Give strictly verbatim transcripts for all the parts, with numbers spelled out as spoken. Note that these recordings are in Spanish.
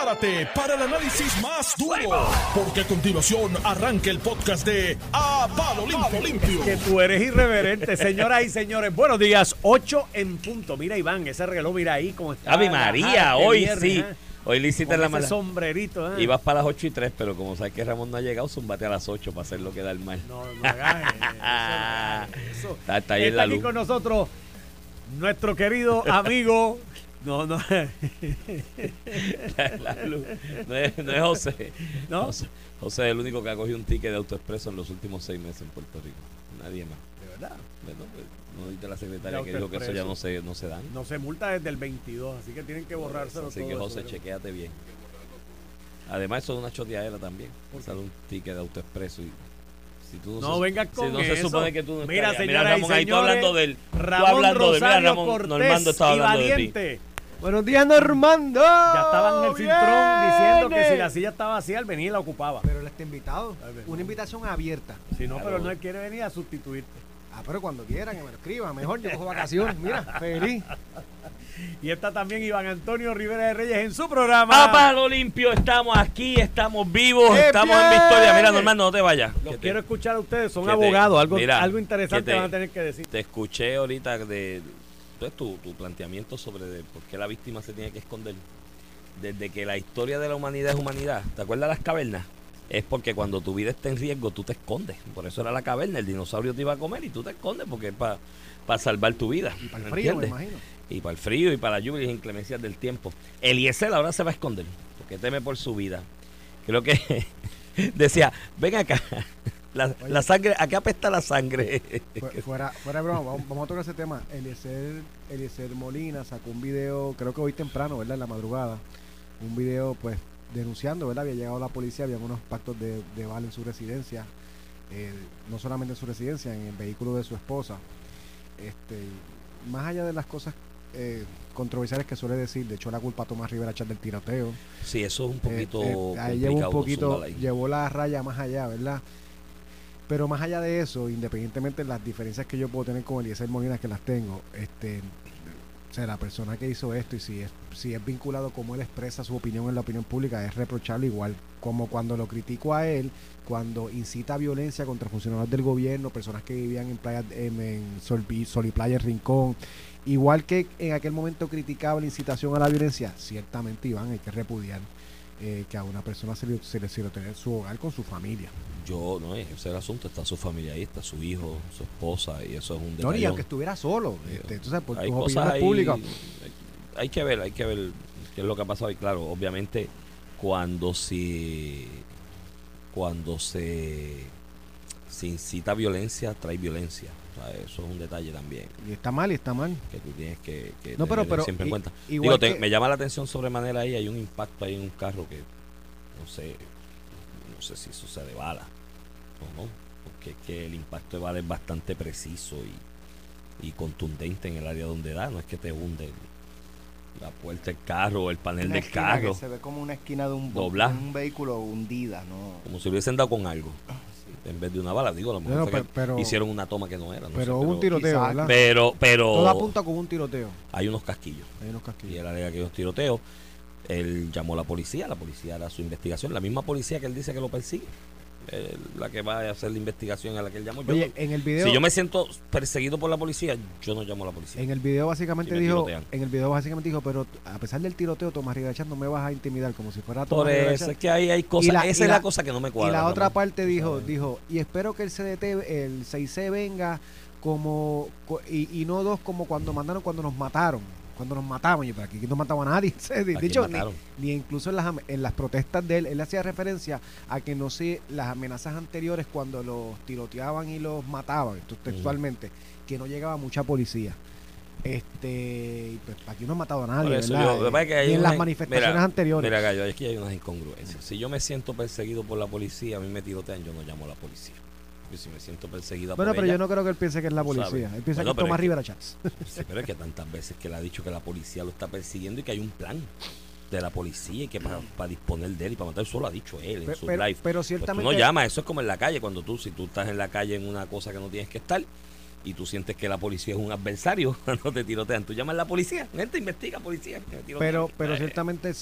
Prepárate para el análisis más duro, porque a continuación arranca el podcast de A Palo Limpio. Limpio. Que tú eres irreverente, señoras y señores. Buenos días, ocho en punto. Mira, Iván, ese reloj, mira ahí cómo está. Ave María, ah, hoy viernes, sí. ¿eh? Hoy le hiciste la mala. sombrerito. ¿eh? Ibas para las ocho y tres, pero como sabes que Ramón no ha llegado, zumbate a las ocho para hacer lo que da el mal. No, no hagas eso. eso. Está, está ahí en Está la aquí luz. con nosotros nuestro querido amigo. No, no. la, la luz. No es, no es José. ¿No? José. José es el único que ha cogido un ticket de AutoExpreso en los últimos seis meses en Puerto Rico. Nadie más. ¿De verdad? Bueno, pues, no dice la secretaria De que dijo que eso ya no se, no se dan. No se multa desde el veintidós, así que tienen que borrárselo Así todo. que José, eso. chequéate bien. Además, eso es una choteadera también. Sale un ticket de AutoExpreso y si tú No se, vengas si con no eso. se supone que tú no Mira, estás. señoras Mira, Ramón, y ahí tú señores, hablando de él. Tú Ramón hablando de él. Mira, Rosario Ramón, Cortés Normando estaba y hablando Valiente. de ti. Buenos días, Normando. Ya estaban en el cintrón diciendo que si Viene. la silla estaba vacía, él venía y la ocupaba. Pero él está invitado. Ay, ver, Una no. invitación abierta. Si no, Claro. pero no él quiere venir a sustituirte. Ah, pero cuando quieran que me lo escriban. Mejor yo cojo vacaciones. Mira, feliz. Y está también Iván Antonio Rivera de Reyes en su programa. A Palo Limpio, estamos aquí, estamos vivos, ¡Qué estamos bien! en victoria. Mira, Normando, no te vayas. Los Que te- quiero escuchar a ustedes, son que te- abogados, algo, mira, algo interesante que te- van a tener que decir. Te escuché ahorita de pues, tu, tu planteamiento sobre de por qué la víctima se tiene que esconder. Desde que la historia de la humanidad es humanidad, ¿te acuerdas de las cavernas? Es porque cuando tu vida está en riesgo, tú te escondes. Por eso era la caverna, el dinosaurio te iba a comer y tú te escondes porque es para pa salvar tu vida. Y para el ¿me frío, me entiendes? imagino. Y para el frío y para las lluvias e inclemencias del tiempo. Eliezer ahora se va a esconder porque teme por su vida. Creo que decía, ven acá, la, la sangre, ¿a qué apesta la sangre? Fu- Fuera, fuera de broma, vamos, vamos a tocar ese tema. Eliezer, Eliezer Molina sacó un video, creo que hoy temprano, ¿verdad? En la madrugada. Un video, pues, denunciando, ¿verdad? Había llegado la policía, había unos pactos de, de bala en su residencia. eh, no solamente en su residencia, en el vehículo de su esposa. Este, más allá de las cosas eh, controversiales que suele decir, le echó la culpa a Tomás Rivera Chat del tiroteo. Sí, eso es un poquito Eh, eh, ahí llevó un complicado, poquito, zúmbala ahí. llevó la raya más allá, ¿verdad? Pero más allá de eso, independientemente de las diferencias que yo puedo tener con Eliezer Molina, que las tengo, este, o sea, la persona que hizo esto y si es, si es vinculado como él expresa su opinión en la opinión pública, es reprochable igual, como cuando lo critico a él, cuando incita a violencia contra funcionarios del gobierno, personas que vivían en playa, en, en Sol, Sol y Playa, en Rincón, igual que en aquel momento criticaba la incitación a la violencia, ciertamente, Iván, hay que repudiar eh, que a una persona se le, se le sirve tener su hogar con su familia. Yo, no, ese es el asunto, está su familia ahí, está su hijo, su esposa, y eso es un No, ni detallón. aunque estuviera solo, este, entonces por Hay tus cosas opiniones ahí, públicas. hay, hay que ver, hay que ver qué es lo que ha pasado. Y claro, obviamente, cuando se cuando se, se incita violencia, trae violencia. O sea, eso es un detalle también Y está mal, y está mal. que tú tienes que, que No, pero- tener pero siempre en i- cuenta. igual Digo, te- que- me llama la atención sobremanera ahí, hay un impacto ahí en un carro que no sé, no sé si eso se de bala o no, porque es que el impacto de bala es bastante preciso y, y contundente en el área donde da, no es que te hunde la puerta del carro o el panel Una del esquina carro, que se ve como una esquina de un, bo- Dobla. un vehículo hundida, ¿no? como si hubiesen dado con algo en vez de una bala. Digo, a lo mejor Bueno, fue pe- que pero- hicieron una toma que no era, no Pero sé, hubo un tiroteo, quizás- ¿verdad? pero, pero Todo apunta como un tiroteo. hay unos casquillos. Hay unos Y casquillos. él alega que hay unos tiroteos. Él llamó a la policía, la policía hará su investigación. La misma policía que él dice que lo persigue, eh, la que va a hacer la investigación a la que él llamó. Yo Oye, no- en el video, si yo me siento perseguido por la policía, yo no llamo a la policía. en el video básicamente Si me dijo, tirotean. en el video básicamente dijo, pero a pesar del tiroteo, Tomás Rivera Chat no me vas a intimidar, como si fuera Tomás por Rivera eso Chat. es que ahí hay cosas, Y la- esa y es la- la cosa que no me cuadra. Y la otra Ramón. parte Tú dijo, sabes. dijo, y espero que el C D T, el seis C venga como, co- y, y no dos como cuando mandaron, cuando nos mataron. Cuando nos mataban, yo, pero aquí no mataba a nadie. De ¿A quién hecho, ni, mataron? ni incluso en las, am- en las protestas de él, él hacía referencia a que no sé, las amenazas anteriores cuando los tiroteaban y los mataban, esto textualmente, que no llegaba mucha policía. Este, y pues aquí no han matado a nadie, Por eso ¿verdad? yo- lo que pasa es que hay Ni en unas las in- manifestaciones mira, anteriores. Mira, Gallo, aquí hay unas incongruencias. Si yo me siento perseguido por la policía, a mí me tirotean, yo no llamo a la policía. Y si me siento perseguida bueno, por pero ella, yo no creo que él piense que es la tú policía. sabes. Él piensa Bueno, que pero es Tomás es que- Rivera Chats. Sí, pero es que tantas veces que le ha dicho que la policía lo está persiguiendo y que hay un plan de la policía y que para disponer de él y para matar, eso lo ha dicho él en Pe- su pero, live. pero Pues tú ciertamente. no llamas, eso es como en la calle, cuando tú, si tú estás en la calle en una cosa que no tienes que estar y tú sientes que la policía es un adversario, cuando te tirotean, tú llamas a la policía, gente investiga policía. me tirotean. Pero, pero Eh, ciertamente es,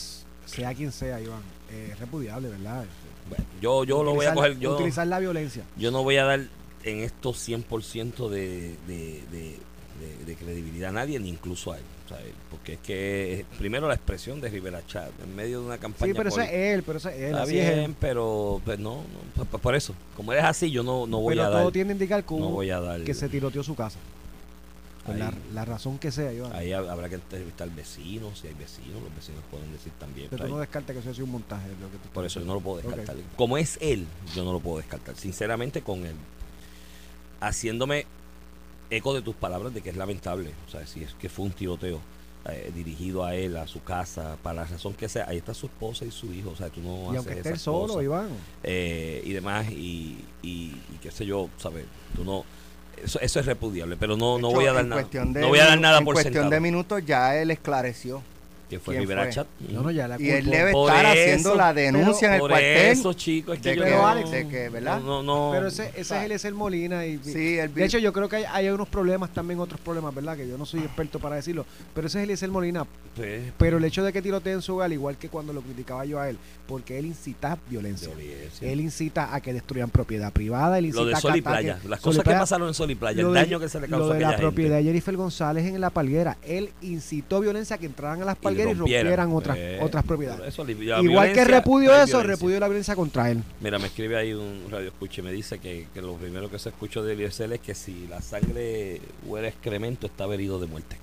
sea quien sea, Iván, es eh, repudiable, ¿verdad? Bueno, yo, yo lo voy a coger. Yo, utilizar la violencia. Yo no voy a dar en esto cien por ciento de, de, de, de, de credibilidad a nadie, ni incluso a él. ¿Sabes? Porque es que, primero, la expresión de Rivera Chat en medio de una campaña. Sí, pero eso es él, pero eso es él. Está así bien, es él. pero pues no, no por, por eso, como él es así, yo no, no voy pero a dar. Pero todo tiende a indicar que, no voy a dar, que se tiroteó su casa. Ahí, la, la razón que sea, Iván. Ahí habrá que entrevistar vecinos, si hay vecinos, los vecinos pueden decir también. Pero tú no descartas que eso sea un montaje. Lo que tú por eso yo no lo puedo descartar. Okay. Como es él, yo no lo puedo descartar. Sinceramente, con él, haciéndome eco de tus palabras de que es lamentable. O sea, si es que fue un tiroteo eh, dirigido a él, a su casa, para la razón que sea, ahí está su esposa y su hijo. O sea, tú no y haces aunque esté esas solo, cosas, Iván. Eh, y demás, y, y, y qué sé yo, ¿sabes? Tú no. Eso, eso es repudiable, pero no, no hecho, voy a dar en nada. De, no voy a dar nada en por cuestión sentado. de minutos ya él esclareció. Que fue Rivera Chat. No, no, ya la y él culpó. debe Por estar eso, haciendo la denuncia en el por cuartel. Eso, chicos, es que de, yo que, no, Alex, de que, ¿verdad? No, no, pero ese, ese es Eliezer Molina. Y, sí, el, de hecho, yo creo que hay, hay unos problemas también, otros problemas, ¿verdad? Que yo no soy experto para decirlo. Pero ese es Eliezer Molina. pues, Pero el hecho de que tiroteen en su hogar, igual que cuando lo criticaba yo a él, porque él incita violencia. violencia. Él incita a que destruyan propiedad privada. Él incita Lo de Sol y a que Playa. ataque, Las Sol y cosas Playa, que pasaron en Sol y Playa, el de, daño que se le causó lo de a la aquella propiedad gente. de Jennifer González en la Palguera. Él incitó violencia a que entraran a las Palgueras y, rompieran, rompieran otras, eh, otras propiedades. Eso, igual que repudio eso, violencia. repudio la violencia contra él. Mira, me escribe ahí un radio escucha y me dice que, que lo primero que se escuchó de Eliezer es que si la sangre huele a excremento, está herido de muerte.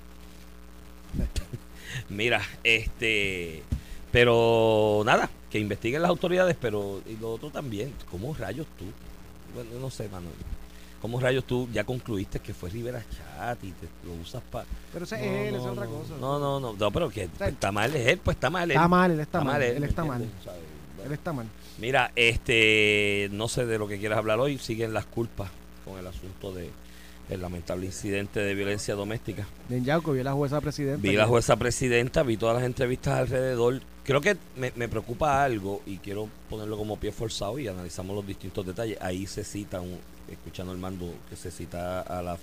Mira, este... Pero nada, que investiguen las autoridades, pero y lo otro también, ¿cómo rayos tú? Bueno, no sé, Manuel. ¿Cómo rayos tú ya concluiste que fue Rivera Chat y te lo usas para... Pero ese no, es él, no, esa es otra no, cosa. No, no, no, no, pero que o sea, está mal es él, pues está mal él. Está mal, él está, está mal, mal, él, él está mal. ¿sabes? Bueno. Él está mal. Mira, este, no sé de lo que quieras hablar hoy, siguen las culpas con el asunto de el lamentable incidente de violencia doméstica. De Yauco, vi la jueza presidenta. Vi la jueza presidenta, vi todas las entrevistas alrededor. Creo que me, me preocupa algo y quiero ponerlo como pie forzado y analizamos los distintos detalles. Ahí se cita, un, escuchando el mando, que se cita a la,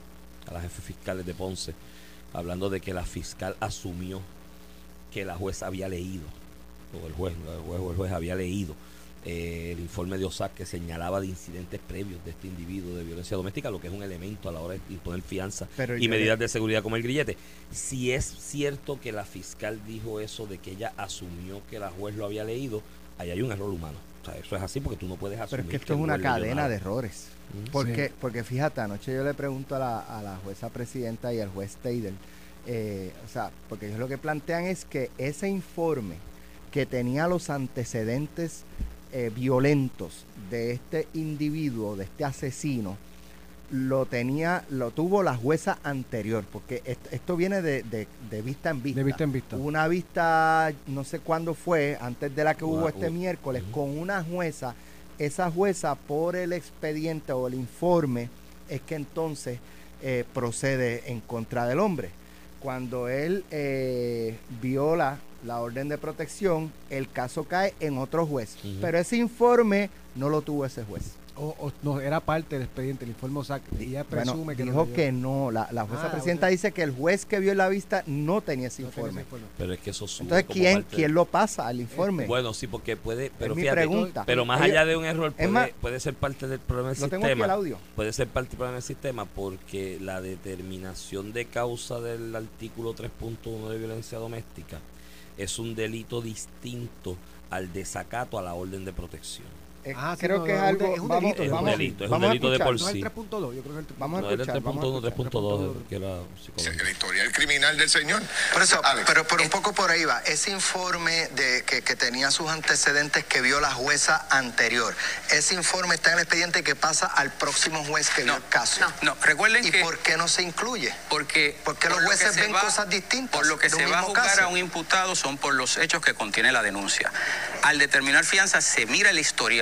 a la jefe fiscales de Ponce, hablando de que la fiscal asumió que la jueza había leído, o el juez, el juez, o el juez había leído eh, el informe de O S A C que señalaba de incidentes previos de este individuo de violencia doméstica, lo que es un elemento a la hora de imponer fianza Pero y yo medidas le... de seguridad como el grillete. Si es cierto que la fiscal dijo eso de que ella asumió que la juez lo había leído, ahí hay un error humano. O sea, eso es así porque tú no puedes asumir. Pero es que esto que es una el juez leyó cadena nada. de errores. Mm, porque, sí. porque fíjate, anoche yo le pregunto a la, a la jueza presidenta y al juez Teidel, eh, o sea, porque ellos lo que plantean es que ese informe que tenía los antecedentes eh, violentos de este individuo, de este asesino, lo tenía, lo tuvo la jueza anterior, porque esto, esto viene de, de, de vista en vista. De vista en vista. Una vista, no sé cuándo fue, antes de la que Una, hubo este uh, miércoles, uh-huh. con una jueza. Esa jueza, por el expediente o el informe, es que entonces eh, procede en contra del hombre. Cuando él eh, viola la orden de protección, el caso cae en otro juez. Uh-huh. Pero ese informe no lo tuvo ese juez. O, o no, era parte del expediente, el informe O S A C. Y ella presume Bueno, que dijo lo que no. La, la jueza Ah, presidenta o sea, dice que el juez que vio la vista no tenía ese no informe. tiene ese informe. Pero es que eso sube Entonces, como ¿quién, parte ¿quién de- lo pasa al informe? Bueno, sí, porque puede, pero es mi fíjate, pregunta. pero más Ellos- allá de un error puede, más, puede ser parte del problema del lo tengo aquí sistema. el audio. Puede ser parte del problema del sistema porque la determinación de causa del artículo tres punto uno de violencia doméstica es un delito distinto al desacato a la orden de protección. Eh, Ah, sí, creo no, que es no, es un algo. de- es un vamos, delito, es un vamos, delito, es un vamos a delito de escuchar. por No es sí. el tres punto dos, yo creo que es el tres punto dos. Vamos a No era el escuchar, tres punto uno, vamos a tres punto dos, escuchar. que era psicológico. El historial criminal del señor. Por eso, Alex. pero, pero un poco por ahí va. Ese informe de que, que tenía sus antecedentes que vio la jueza anterior, ese informe está en el expediente que pasa al próximo juez que vio No, el caso. No, recuerden ¿Y que por qué no se incluye? porque Porque los por lo jueces que se ven va- cosas distintas Por lo que de un se va a mismo juzgar caso. a un imputado son por los hechos que contiene la denuncia. Al determinar fianza se mira el historial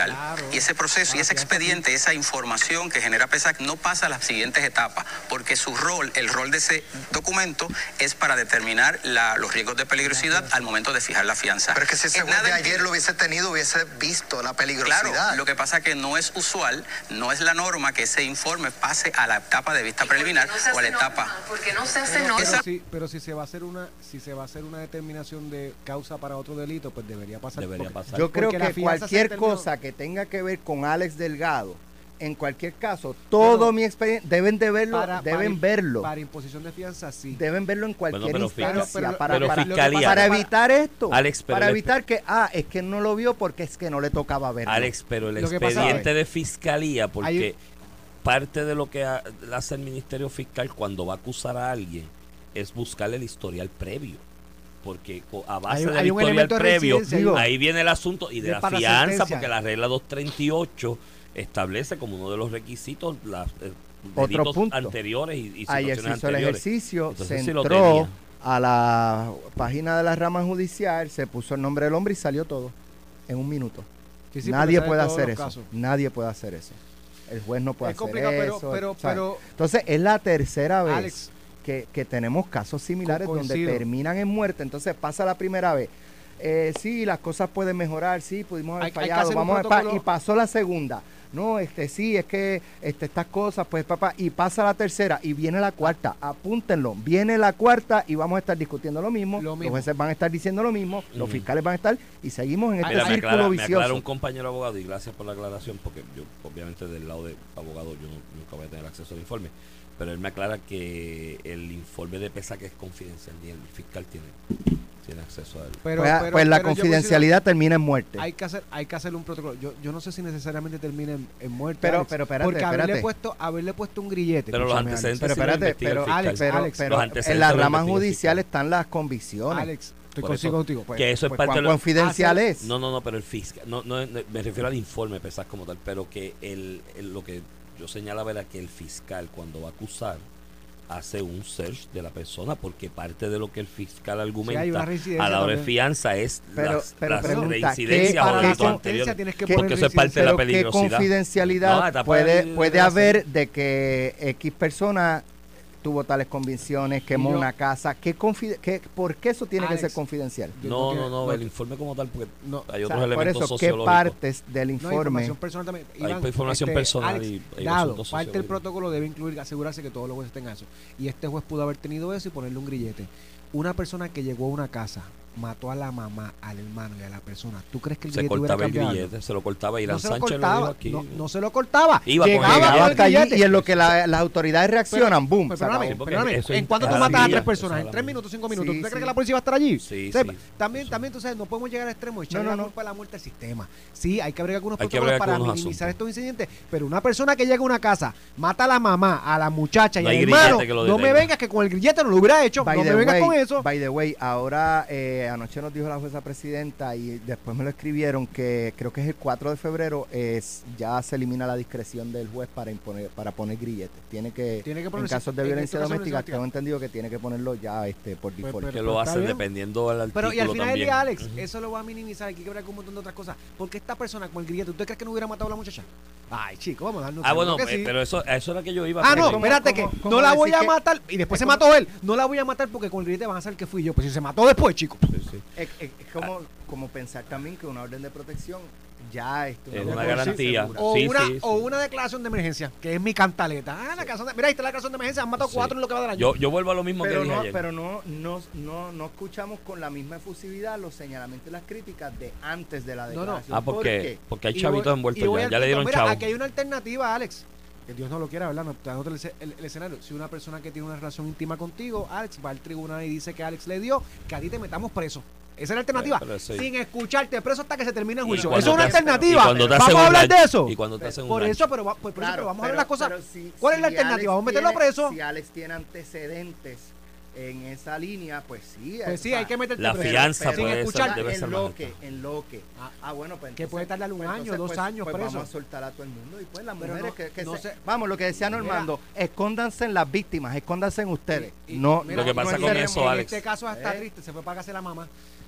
preliminar. Claro. Y ese proceso y ese Ah, expediente, esa información que genera PESAC no pasa a las siguientes etapas, porque su rol, el rol de ese documento es para determinar la, los riesgos de peligrosidad al momento de fijar la fianza. Pero es que si ese Es juez nada de ayer impide- lo hubiese tenido, hubiese visto la peligrosidad. Claro, lo que pasa es que no es usual, no es la norma que ese informe pase a la etapa de vista preliminar no se o a la hace etapa. norma, porque no se hace Pero, norma. pero si, pero si se va a hacer una, si se va a hacer una determinación de causa para otro delito, pues debería pasar. Debería porque- pasar. Yo creo porque la que fianza se cualquier determinó. cosa que tenga que ver con Alex Delgado, en cualquier caso, todo Pero- mi experiencia, deben de verlo, para- deben para- verlo. Para imposición de fianza, sí. Deben verlo en cualquier Bueno, pero instancia fiscal- pero- para, pero para- fiscalía- para evitar esto. Alex, pero para el- evitar que, ah, es que no lo vio porque es que no le tocaba verlo. Alex, pero el Lo que pasa- expediente de fiscalía, porque Hay- parte de lo que ha- hace el Ministerio Fiscal cuando va a acusar a alguien es buscarle el historial previo. Porque co- a base Hay- del hay un historial elemento de previo, residencia, digo, ahí viene el asunto y de, de la para fianza, sentencia. porque la regla doscientos treinta y ocho establece como uno de los requisitos las eh, Otro delitos punto. anteriores y, y Ayer situaciones se hizo el anteriores. ejercicio, Entonces, se sí lo entró tenía. a la página de la rama judicial, se puso el nombre del hombre y salió todo en un minuto. Sí, sí, Nadie porque puede sale en todos hacer los eso. casos. Nadie puede hacer eso. El juez no puede Es hacer complicado, pero- eso. pero- ¿sabes? pero- Entonces, es la tercera vez Alex, que, que tenemos casos similares Co- donde coincido. terminan en muerte. Entonces, pasa la primera vez. Eh, sí, las cosas pueden mejorar, sí, pudimos haber Hay- hay que fallado, hacer un vamos a, pa- protocolo. y pasó la segunda. No, este sí, es que este, estas cosas, pues papá, y pasa la tercera y viene la cuarta, apúntenlo, viene la cuarta y vamos a estar discutiendo lo mismo, Lo los mismo. jueces van a estar diciendo lo mismo, los Ujú. fiscales van a estar y seguimos en este Mira, me círculo aclara, me vicioso. aclara un compañero abogado y gracias por la aclaración porque yo obviamente del lado de abogado yo no- nunca voy a tener acceso al informe, pero él me aclara que el informe de PESAC es confidencial y el fiscal tiene, tiene acceso a él. pero, pues, pero- pues la pero yo confidencialidad termina en muerte. considero- Hay que hacer, hay que hacer un protocolo. Yo, yo no sé si necesariamente termine en, en muerte. Pero- Alex, pero espérate, porque haberle espérate. puesto, haberle puesto un grillete. Pero los escúchame, antecedentes Pero sí lo espérate, investiga el pero, fiscal. Alex, pero, Alex, pero los en antecedentes la lo rama investiga el judicial fiscal. están las Alex, convicciones. Alex, estoy Por consigo eso- contigo. Pues. que eso es Pues, parte ¿cuán de lo, confidencial hace- es? No, no, no, pero el fiscal, no, no, no, me refiero al informe PESAC como tal, pero que el, el- lo que yo señalaba era que el fiscal cuando va a acusar hace un search de la persona porque parte de lo que el fiscal argumenta hay una reincidencia a la hora de también. fianza es Pero- las, pero las pregunta, reincidencias ¿qué- o para delitos la anteriores. tienes que ¿Qué- Porque eso es parte de la Pero qué peligrosidad. confidencialidad No, la etapa puede, de- puede de haber hacer- de que X persona tuvo tales convicciones, quemó Y yo- una casa. ¿Qué confide- qué- ¿Por qué eso tiene que Alex, ser confidencial? Yo No, creo no, que- no, lo el que- informe como tal, porque No, hay O otros sea, por elementos eso, ¿qué sociológicos. partes del No, informe? información personal también. Hay información personal Alex, y hay dado, asuntos parte del sociológicos. protocolo debe incluir, asegurarse que todos los jueces tengan eso. Y este juez pudo haber tenido eso y ponerle un grillete. Una persona que llegó a una casa, mató a la mamá, al hermano y a la persona. ¿Tú crees que el Se grillete hubiera cortaba el cambiado? grillete, se lo cortaba Irán No se lo Sánchez lo cortaba, dijo aquí. no, no se lo cortaba. Iba con el Llegaba grillete. con el hasta allí grillete. y en lo que la- las autoridades reaccionan, boom. Pues, se acabó. perdóname, Sí, porque perdóname, eso ¿en es cuánto tú cada matas a día, tres personas? eso ¿En tres es minutos, cinco minutos? Sí, ¿Tú te crees sí. que la policía va a estar allí? Sí, O sea, sí. También, Eso. también, tú sabes, no podemos llegar al extremo y echarle No, no, la no. culpa de la muerte al sistema. Sí, hay que bregar con unos Hay que protocolos bregar con para unos minimizar asuntos. estos incidentes, pero una persona que llega a una casa, mata a la mamá, a la muchacha y No al hay hermano, grillete que lo no me detenga. vengas que con el grillete no lo hubiera hecho, By no the me vengas way, con eso. By the way, ahora eh, anoche nos dijo la jueza presidenta y después me lo escribieron que creo que es el cuatro de febrero es ya se elimina la discreción del juez para imponer para poner grilletes. Tiene que, Tiene que en ponerse- casos de en violencia este caso, doméstica, violencia tengo entendido que tiene que ponerlo ya este por Pues, default. que pero lo está hacen bien. dependiendo del artículo Pero y al final del también. día, Alex, Ujú. eso lo va a minimizar, hay que bregar con un montón de otras cosas. Porque esta persona con el grillete, ¿usted cree que no hubiera matado a la muchacha? Ay, chico, vamos a darnos Ah, bueno, seguro que eh, sí. pero eso, a eso era que yo iba. Ah, no, porque- como- espérate como- que como no la voy decir a que- matar. Y después es se como- mató él. No la voy a matar porque con el grillete van a saber que fui yo. Pues si se mató después, chico. Sí, sí. Es, es- es como, como pensar también que una orden de protección ya esto Es no una puede ser garantía. segura. O, Sí, una, sí, o sí. una declaración de emergencia, que es mi cantaleta. Ah, la declaración de, mira, ahí está la declaración de emergencia. Han matado Sí. cuatro en lo que va del año. Yo, yo vuelvo a lo mismo Pero que dije no, ayer. pero no, no, no, no escuchamos con la misma efusividad los señalamientos y las críticas de antes de la No, no. declaración. ah, ¿por ¿Por qué? qué? Porque hay Y chavitos voy- envueltos y voy ya. al Ya le punto. dieron Mira, chavo. aquí hay una alternativa, Alex. Que Dios no lo quiera, ¿verdad? No, dándote el, el- el escenario. Si una persona que tiene una relación íntima contigo, Alex, va al tribunal y dice que Alex le dio, que a ti te metamos preso. Esa es la alternativa. Pero eso- Sin escucharte preso hasta que se termine el Y juicio. cuando Eso es una te- alternativa. y cuando te hacen Vamos a un hablar de gancho- eso. Y cuando te hacen un Por gancho. eso, pero, va- pues por eso, Claro, pero vamos a ver pero- las cosas. pero si- ¿Cuál es si la alternativa? Alex ¿Vamos a meterlo tiene- preso? Si Alex tiene antecedentes en esa línea, pues sí. Pues sí, hay que meterte La preso. fianza Sin puede ser- escuchar, debe en ser lo más que, alta. en lo que. Ah, Ah, bueno, pues que entonces- puede tardarle un pues año, entonces, dos pues- años pues preso. vamos a soltar a todo el mundo y pues las Pero mujeres no- que, que no se- sé. vamos, lo que decía Normando, escóndanse en las víctimas, escóndanse en usteres. Y- y no, mira, Lo que y pasa en con este- eso, en Alex. este caso hasta Eh. triste, se fue para casa de la mamá.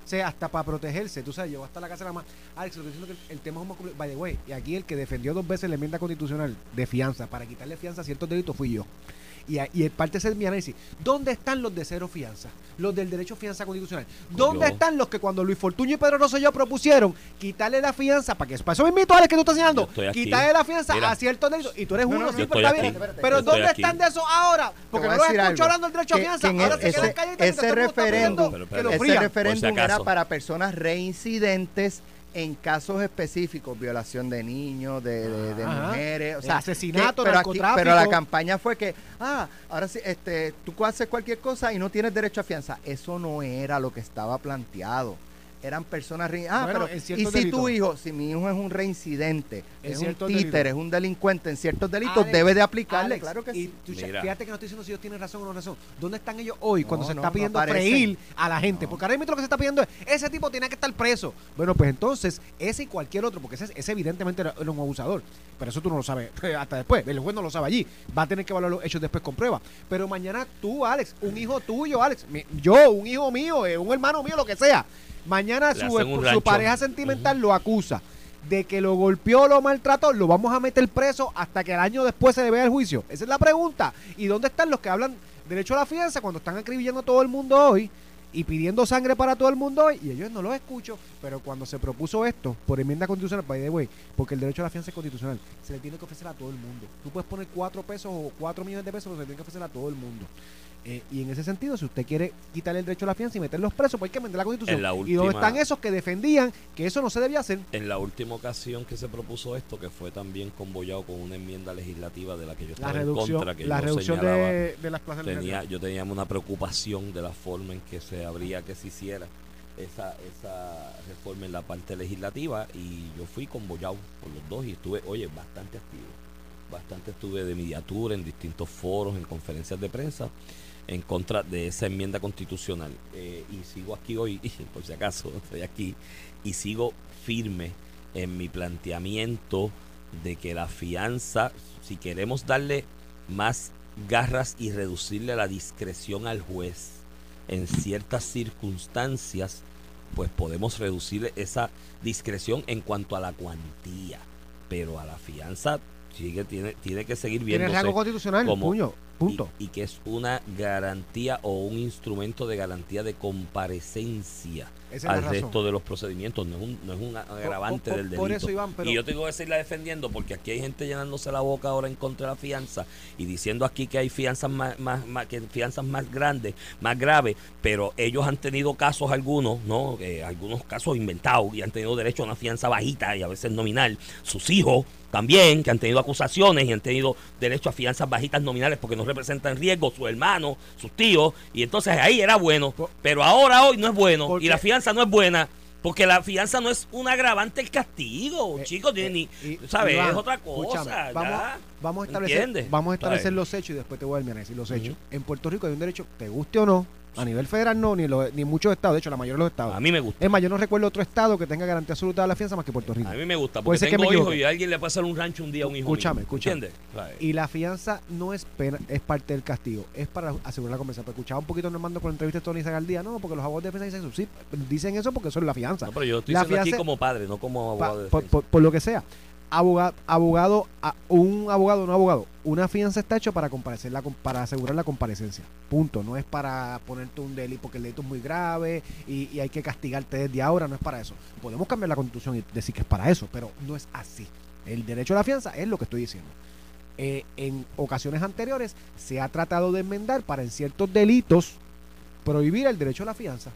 sea, hasta para protegerse, tú sabes, llegó hasta la casa de la mamá. Alex, lo que estoy diciendo que el tema es como, by the way, y aquí el que defendió dos veces la enmienda constitucional de fianza, para quitarle fianza a ciertos delitos, fui yo. Y, y en parte ese es mi análisis. ¿Dónde están los de cero fianza? Los del derecho a fianza constitucional. ¿Dónde yo. están los que cuando Luis Fortuño y Pedro Rosselló propusieron quitarle la fianza, para que para eso mismito, Alex, que tú estás señalando, quitarle la fianza Mira. a ciertos delitos? Y tú eres No, uno, no, sí, no, pero yo está estoy bien. aquí. Pero Yo estoy ¿dónde aquí. están de eso ahora? Porque Te no voy los a decir escucho algo. hablando del derecho a Que- fianza. que en Ahora el- se quedan ese- calladitos mientras ese todo el mundo está referéndum, pidiendo pero que lo ese frían. referéndum Por si acaso. era para personas reincidentes en casos específicos, violación de niños, de, de, de Ajá. mujeres, o sea, Asesinato, que- pero, aquí- narcotráfico. pero la campaña fue que, ah, ahora sí, este, tú haces cualquier cosa y no tienes derecho a fianza. Eso no era lo que estaba planteado. Eran personas rein- ah, Bueno, en pero y si ciertos tu delitos. hijo, si mi hijo es un reincidente, En es un ciertos títere, delitos. es un delincuente en ciertos delitos, Alex, debe de aplicarle, Alex, claro que y sí. tú, Mira. fíjate que no estoy diciendo si ellos tienen razón o no razón. ¿Dónde están ellos hoy cuando No, se no, está no pidiendo aparecen. freír a la gente? No. Porque ahora mismo lo que se está pidiendo es, ese tipo tiene que estar preso. Bueno, pues entonces, ese y cualquier otro, porque ese, ese evidentemente era, era un abusador. Pero eso tú no lo sabes hasta después. El juez no lo sabe allí. Va a tener que evaluar los hechos después con prueba. Pero mañana tú, Alex, un hijo tuyo, Alex, mi- yo, un hijo mío, eh, un hermano mío, lo que sea. Mañana Le su, hacen un esp- su rancho. pareja sentimental lo acusa de que lo golpeó, lo maltrató, lo vamos a meter preso hasta que el año después se le vea el juicio. Esa es la pregunta. ¿Y dónde están los que hablan derecho a la fianza cuando están acribillando a todo el mundo hoy y pidiendo sangre para todo el mundo hoy? Y ellos no los escucho. Pero cuando se propuso esto por enmienda constitucional, by the way, porque el derecho a la fianza es constitucional, se le tiene que ofrecer a todo el mundo. Tú puedes poner cuatro pesos o cuatro millones de pesos, pero se le tiene que ofrecer a todo el mundo. Eh, y en ese sentido, si usted quiere quitarle el derecho a la fianza y meterlos presos, pues hay que vender la constitución. En la ¿Y dónde última- están esos que defendían que eso no se debía hacer? En la última ocasión que se propuso esto, que fue también convoyado con una enmienda legislativa de la que yo La estaba en reducción, contra, que la yo reducción señalaba, de, de las plazas tenía, legislativas. yo tenía una preocupación de la forma en que se habría que se hiciera esa, esa reforma en la parte legislativa, y yo fui convoyado por los dos y estuve, oye, bastante activo. Bastante estuve de mediatura en distintos foros, en conferencias de prensa, en contra de esa enmienda constitucional. Eh, y sigo aquí hoy, y por si acaso estoy aquí, y sigo firme en mi planteamiento de que la fianza, si queremos darle más garras y reducirle la discreción al juez en ciertas circunstancias, pues podemos reducirle esa discreción en cuanto a la cuantía, pero a la fianza sigue, tiene, tiene que seguir Tiene viéndose rango constitucional, como- puño, punto. y, y que es una garantía o un instrumento de garantía de comparecencia Esa es la al razón. resto de los procedimientos, no es un, no es un agravante por- del delito. por eso, Iván, pero- Y yo tengo que seguirla defendiendo porque aquí hay gente llenándose la boca ahora en contra de la fianza y diciendo aquí que hay fianzas más, más, más que fianzas más grandes, más graves, pero ellos han tenido casos algunos, ¿no? Eh, algunos casos inventados y han tenido derecho a una fianza bajita y a veces nominal. Sus hijos también, que han tenido acusaciones y han tenido derecho a fianzas bajitas nominales porque no representan riesgo, sus hermanos, sus tíos, y entonces ahí era bueno, Por- pero ahora hoy no es bueno, Porque- y la fianza no es buena, porque la fianza no es un agravante el castigo, Eh, chicos, eh, ni, y- ¿sabes? Iván, Es otra escúchame, cosa. vamos, ya. vamos a establecer, ¿Entiendes? vamos a establecer ¿Sabes? los hechos y después te voy a dar mi análisis. Los hechos. Ujú. En Puerto Rico hay un derecho, te guste o no, a nivel federal no, ni, lo- ni en muchos estados, de hecho la mayoría de los estados. A mí me gusta. Es más, yo no recuerdo otro estado que tenga garantía absoluta de la fianza más que Puerto Rico. A mí me gusta, Puede porque ser que tengo me hijos equivoque. y a alguien le puede hacer un rancho un día a un hijo Escúchame, mío, escúchame. ¿entiendes? ¿Sabes? Y la fianza no es pena, es parte del castigo, es para asegurar la compensación. Pero escuchaba un poquito Normando con la entrevista de Tony Zagaldía, no, porque los abogados de defensa dicen eso. Sí, dicen eso porque eso es la fianza. No, pero yo estoy La diciendo aquí fianza- como padre, no como Pa- abogado de por, defensa. por- por lo que sea. Abogado, abogado, a- un abogado, no abogado. Una fianza está hecho para comparecer la, com- para asegurar la comparecencia. Punto. No es para ponerte un delito porque el delito es muy grave y, y hay que castigarte desde ahora. No es para eso. Podemos cambiar la constitución y decir que es para eso, pero no es así. El derecho a la fianza es lo que estoy diciendo. Eh, en ocasiones anteriores se ha tratado de enmendar para en ciertos delitos prohibir el derecho a la fianza.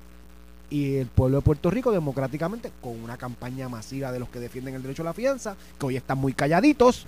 Y el pueblo de Puerto Rico democráticamente, con una campaña masiva de los que defienden el derecho a la fianza, que hoy están muy calladitos,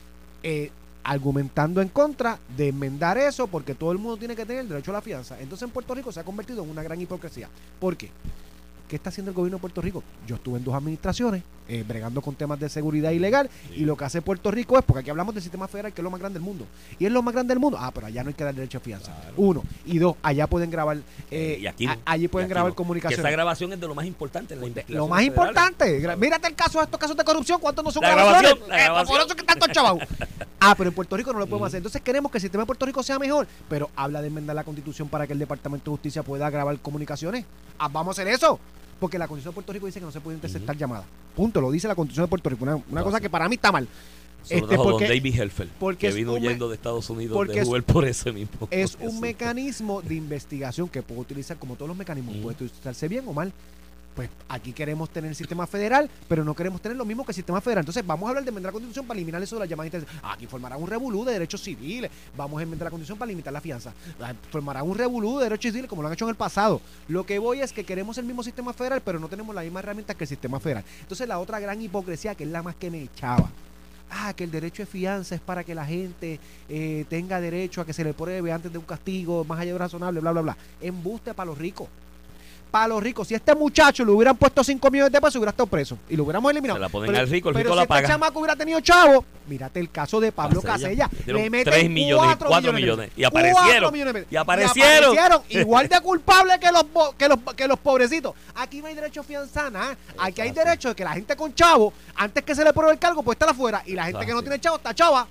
eh, argumentando en contra de enmendar eso porque todo el mundo tiene que tener el derecho a la fianza. Entonces en Puerto Rico se ha convertido en una gran hipocresía. ¿Por qué? ¿Qué está haciendo el gobierno de Puerto Rico? Yo estuve en dos administraciones eh, bregando con temas de seguridad ilegal Sí. y lo que hace Puerto Rico es, porque aquí hablamos del sistema federal que es lo más grande del mundo, y es lo más grande del mundo, ah, pero allá no hay que dar derecho a fianza. Claro. Uno, y dos, allá pueden grabar, eh, y aquí no, a- allí pueden y aquí grabar no. Que comunicaciones. esa grabación es de lo más importante en la investigación. Lo más federal. importante, gra- mírate el caso de estos casos de corrupción, ¿cuántos no son La grabaciones? grabación, la Eh, grabación. por eso es que están todos chavados. Ah, pero en Puerto Rico no lo podemos Mm. hacer. Entonces queremos que el sistema de Puerto Rico sea mejor, pero habla de enmendar la Constitución para que el Departamento de Justicia pueda grabar comunicaciones. Ah, vamos a hacer eso. porque la Constitución de Puerto Rico dice que no se puede interceptar uh-huh. llamadas. Punto, lo dice la Constitución de Puerto Rico. Una, una cosa que para mí está mal. Sobre este, todo porque, don David Helfer, que vino huyendo de Estados Unidos de Google por eso mismo. Es un mecanismo de investigación que puede utilizar, como todos los mecanismos, mm. puede utilizarse bien o mal. Pues aquí queremos tener el sistema federal, pero no queremos tener lo mismo que el sistema federal. Entonces vamos a hablar de enmendar la Constitución para eliminar eso de las llamadas. Aquí formará un revolú de derechos civiles. Vamos a enmendar la Constitución para limitar la fianza. Formará un revolú de derechos civiles como lo han hecho en el pasado. Lo que voy es que queremos el mismo sistema federal, pero no tenemos las mismas herramientas que el sistema federal. Entonces la otra gran hipocresía, que es la más que me echaba. Ah, que el derecho de fianza es para que la gente eh, tenga derecho a que se le pruebe antes de un castigo más allá de lo razonable, bla, bla, bla. Embuste para los ricos. Para los ricos. Si a este muchacho le hubieran puesto cinco millones de pesos, hubiera estado preso. Y lo hubiéramos eliminado. Se la ponen pero, al rico, el pero rico si la este paga. chamaco hubiera tenido chavo, mírate el caso de Pablo Casella. Le meten tres millones, cuatro millones. Y aparecieron. Millones, y aparecieron. Y aparecieron. Igual de culpables que los, que, los, que los pobrecitos. Aquí no hay derecho a fianza, nada. Aquí hay derecho de que la gente con chavo, antes que se le pruebe el cargo, puede estar afuera. Y la gente que no tiene chavo está chava.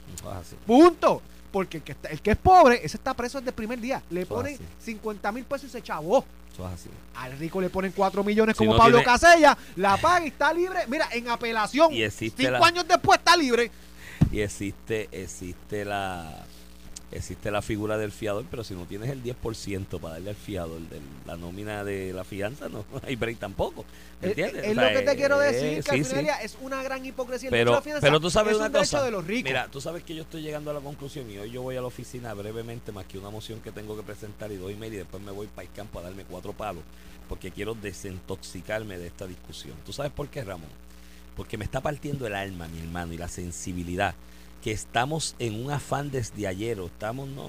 Punto. Porque el que, está, el que es pobre, ese está preso desde el primer día. Le ponen cincuenta mil pesos y se chavó. Eso es así. Al rico le ponen cuatro millones si como no Pablo tiene... Casella, la paga y está libre. Mira, en apelación, y existe cinco la... años después está libre. Y existe, existe la existe la figura del fiador, pero si no tienes el diez por ciento para darle al fiador de la nómina de la fianza, no hay break tampoco. ¿Me entiendes? Es, es o sea, lo que te quiero decir, eh, que sí, al final sí. es una gran hipocresía. El pero, de la fianza pero tú sabes es una un cosa, de los ricos. Mira, tú sabes que yo estoy llegando a la conclusión y hoy yo voy a la oficina brevemente, más que una moción que tengo que presentar y doy media y después me voy para el campo a darme cuatro palos, porque quiero desintoxicarme de esta discusión. ¿Tú sabes por qué, Ramón? Porque me está partiendo el alma, mi hermano, y la sensibilidad, que estamos en un afán desde ayer, o estamos, no,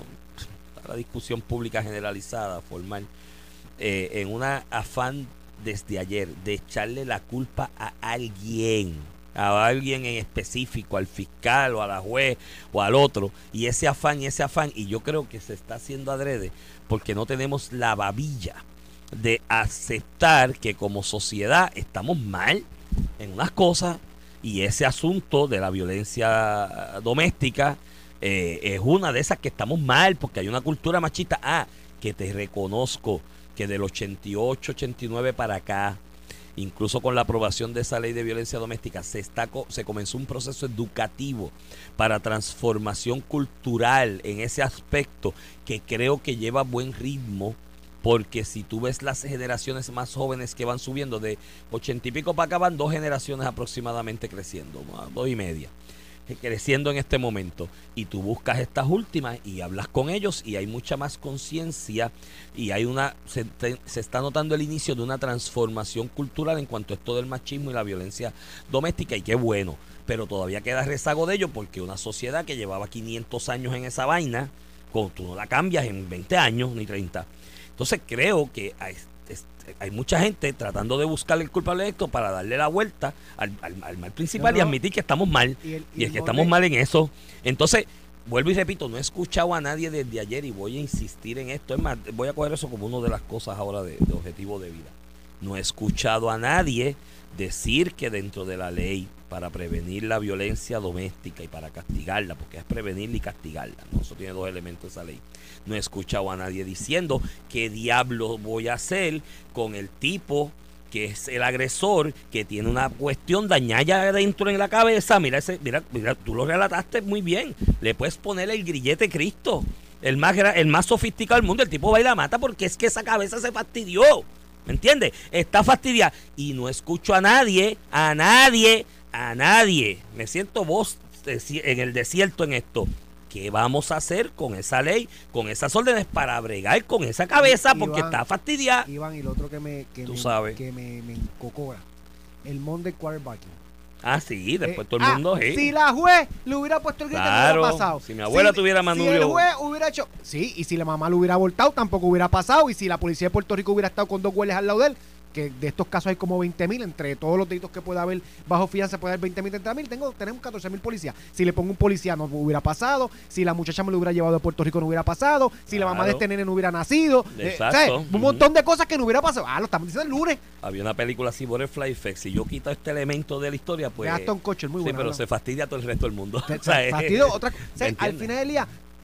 la discusión pública generalizada, formal, eh, en un afán desde ayer de echarle la culpa a alguien, a alguien en específico, al fiscal o a la juez o al otro, y ese afán y ese afán, y yo creo que se está haciendo adrede porque no tenemos la babilla de aceptar que como sociedad estamos mal en unas cosas, y ese asunto de la violencia doméstica eh, es una de esas que estamos mal porque hay una cultura machista. Ah, que te reconozco que del ochenta y ocho, ochenta y nueve para acá, incluso con la aprobación de esa ley de violencia doméstica, se, está, se comenzó un proceso educativo para transformación cultural en ese aspecto que creo que lleva buen ritmo. Porque si tú ves las generaciones más jóvenes que van subiendo, de ochenta y pico para acá van dos generaciones aproximadamente creciendo, dos y media, creciendo en este momento. Y tú buscas estas últimas y hablas con ellos y hay mucha más conciencia y hay una se, te, se está notando el inicio de una transformación cultural en cuanto a esto del machismo y la violencia doméstica, y qué bueno. Pero todavía queda rezago de ello porque una sociedad que llevaba quinientos años en esa vaina, cuando tú no la cambias en veinte años ni treinta. Entonces creo que hay, hay mucha gente tratando de buscarle el culpable de esto para darle la vuelta al, al, al mal principal no, no. y admitir que estamos mal. Y, el, y, y es que estamos mal en eso. Entonces, vuelvo y repito, no he escuchado a nadie desde ayer y voy a insistir en esto. Es más, voy a coger eso como una de las cosas ahora de, de objetivo de vida. No he escuchado a nadie decir que dentro de la ley para prevenir la violencia doméstica y para castigarla, porque es prevenirla y castigarla, ¿no? Eso tiene dos elementos esa ley. No he escuchado a nadie diciendo qué diablo voy a hacer con el tipo que es el agresor, que tiene una cuestión dañada adentro en la cabeza. Mira, ese, mira, mira, tú lo relataste muy bien. Le puedes poner el grillete Cristo, el más, el más sofisticado del mundo. El tipo va y la mata porque es que esa cabeza se fastidió. ¿Me entiendes? Está fastidiada. Y no escucho a nadie, a nadie, a nadie. Me siento voz en el desierto en esto. ¿Qué vamos a hacer con esa ley, con esas órdenes para bregar con esa cabeza? Porque Iván, está fastidiada. Iván, y lo otro que me, que Tú me, sabes. que me, me encocora, el Monday quarterbacking. Ah, sí, después eh, todo el mundo. Ah, hey. Si la juez le hubiera puesto el grito, claro, no hubiera pasado. Si mi abuela si, tuviera manubrio. Si el juez hubiera hecho. Sí, y si la mamá lo hubiera abortado, tampoco hubiera pasado. Y si la policía de Puerto Rico hubiera estado con dos güeyes al lado de él, que de estos casos hay como veinte mil, entre todos los delitos que pueda haber bajo fianza puede haber veinte mil, treinta mil, tengo, tenemos catorce mil policías. Si le pongo un policía no hubiera pasado, si la muchacha me lo hubiera llevado a Puerto Rico no hubiera pasado, si claro. la mamá de este nene no hubiera nacido, exacto. Eh, ¿sabes? Un montón de cosas que no hubiera pasado. Ah, lo estamos diciendo el lunes. Había una película así, Butterfly Effect, si yo quito este elemento de la historia, pues... Aston Kutcher, muy sí, bueno. pero ¿no? se fastidia todo el resto del mundo. Se, o sea, fastidio, otra, o sea, al final del día,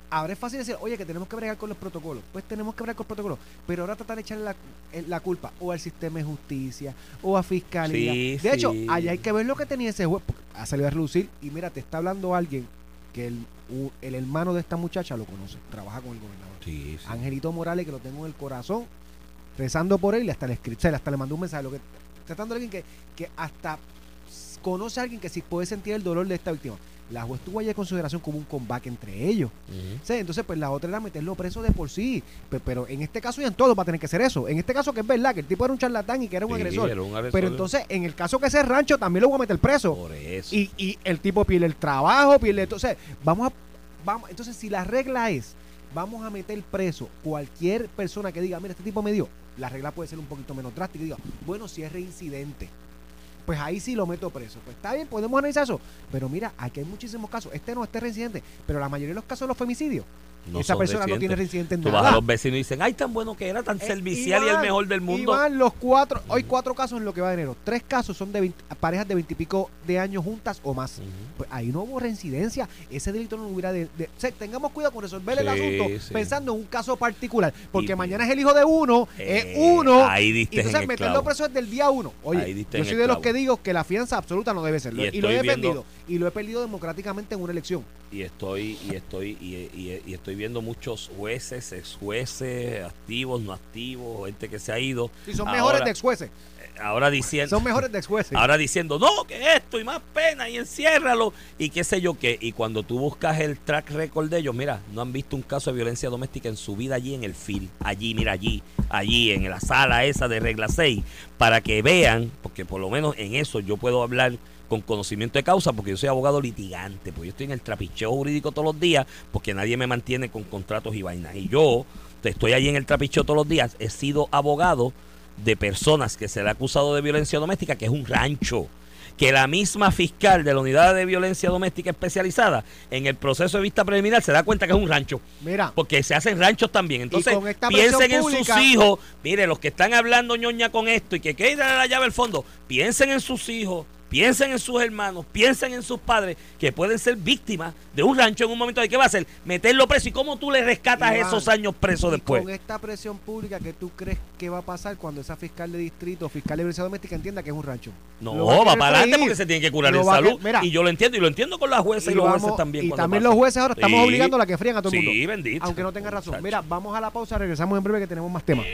ahora es fácil decir, oye, que tenemos que bregar con los protocolos. Pues tenemos que bregar con los protocolos. Pero ahora tratar de echarle la, la culpa o al sistema de justicia o a fiscalía. Sí, de hecho, sí. allá hay que ver lo que tenía ese juez. Ha salido a relucir y mira, te está hablando alguien que el, u, el hermano de esta muchacha lo conoce. Trabaja con el gobernador. Sí, sí. Angelito Morales, que lo tengo en el corazón, rezando por él y hasta le escribí, hasta le mandó un mensaje. Lo que, tratando de alguien que, que hasta conoce a alguien que sí puede sentir el dolor de esta víctima. La juez tuvo allá en consideración como un combate entre ellos. Uh-huh. ¿Sí? Entonces, pues la otra era meterlo preso de por sí. Pero, pero en este caso y en todo va a tener que ser eso. En este caso que es verdad que el tipo era un charlatán y que era un, sí, agresor. Era un agresor. Pero entonces, en el caso que ese rancho también lo voy a meter preso. Por eso. Y, y el tipo pierde el trabajo, pierde... Entonces, vamos a... Vamos, entonces, si la regla es, vamos a meter preso cualquier persona que diga, mira, este tipo me dio, la regla puede ser un poquito menos drástica y diga, bueno, si es reincidente, pues ahí sí lo meto preso. Pues está bien, podemos analizar eso. Pero mira, aquí hay muchísimos casos. Este no, este es reincidente. Pero la mayoría de los casos de los femicidios, no esa persona residentes. No tiene reincidente en Tú nada. vas a los vecinos y dicen, ay, tan bueno que era, tan eh, servicial y, van, y el mejor del mundo. Y van los cuatro, uh-huh. Hoy cuatro casos en lo que va de enero. Tres casos son de veinte, parejas de veintipico de años juntas o más. Uh-huh. Pues ahí no hubo reincidencia. Ese delito no hubiera de... de o sea, tengamos cuidado con resolver sí, el asunto sí. Pensando en un caso particular. Porque y, mañana es el hijo de uno, eh, es uno. Ahí diste y entonces meterlo preso desde el día uno. Oye, yo soy de los que digo que la fianza absoluta no debe ser. Y, y lo he defendido. Y lo he perdido democráticamente en una elección. Y estoy, y estoy, y, y, y estoy viendo muchos jueces, ex jueces, activos, no activos, gente que se ha ido. Y son ahora, mejores de ex jueces. Ahora diciendo. Son mejores de ex jueces. Ahora diciendo, no, que esto y más pena y enciérralo y qué sé yo qué. Y cuando tú buscas el track record de ellos, mira, no han visto un caso de violencia doméstica en su vida allí en el F I L. Allí, mira, allí, allí, en la sala esa de regla seis, para que vean, porque por lo menos en eso yo puedo hablar con conocimiento de causa, porque yo soy abogado litigante, porque yo estoy en el trapicheo jurídico todos los días, porque nadie me mantiene con contratos y vainas. Y yo estoy allí en el trapicheo todos los días, he sido abogado de personas que se le ha acusado de violencia doméstica, que es un rancho, que la misma fiscal de la unidad de violencia doméstica especializada en el proceso de vista preliminar se da cuenta que es un rancho. Mira, porque se hacen ranchos también. Entonces piensen en pública, sus hijos. Mire, los que están hablando ñoña con esto y que queda la llave al fondo, piensen en sus hijos, piensen en sus hermanos, piensen en sus padres que pueden ser víctimas de un rancho en un momento de qué va a hacer, meterlo preso. ¿Y cómo tú le rescatas Iván, esos años presos después? Con esta presión pública, ¿qué tú crees que va a pasar cuando esa fiscal de distrito o fiscal de violencia doméstica entienda que es un rancho? No, va, va para adelante porque se tiene que curar en salud. Mira, y yo lo entiendo, y lo entiendo con las jueces y, y los vamos, jueces también. Y también pasa. Los jueces ahora estamos sí, obligando a la que frían a todo el sí, mundo. Sí, bendito. Aunque no tenga razón. Muchacho. Mira, vamos a la pausa, regresamos en breve que tenemos más temas.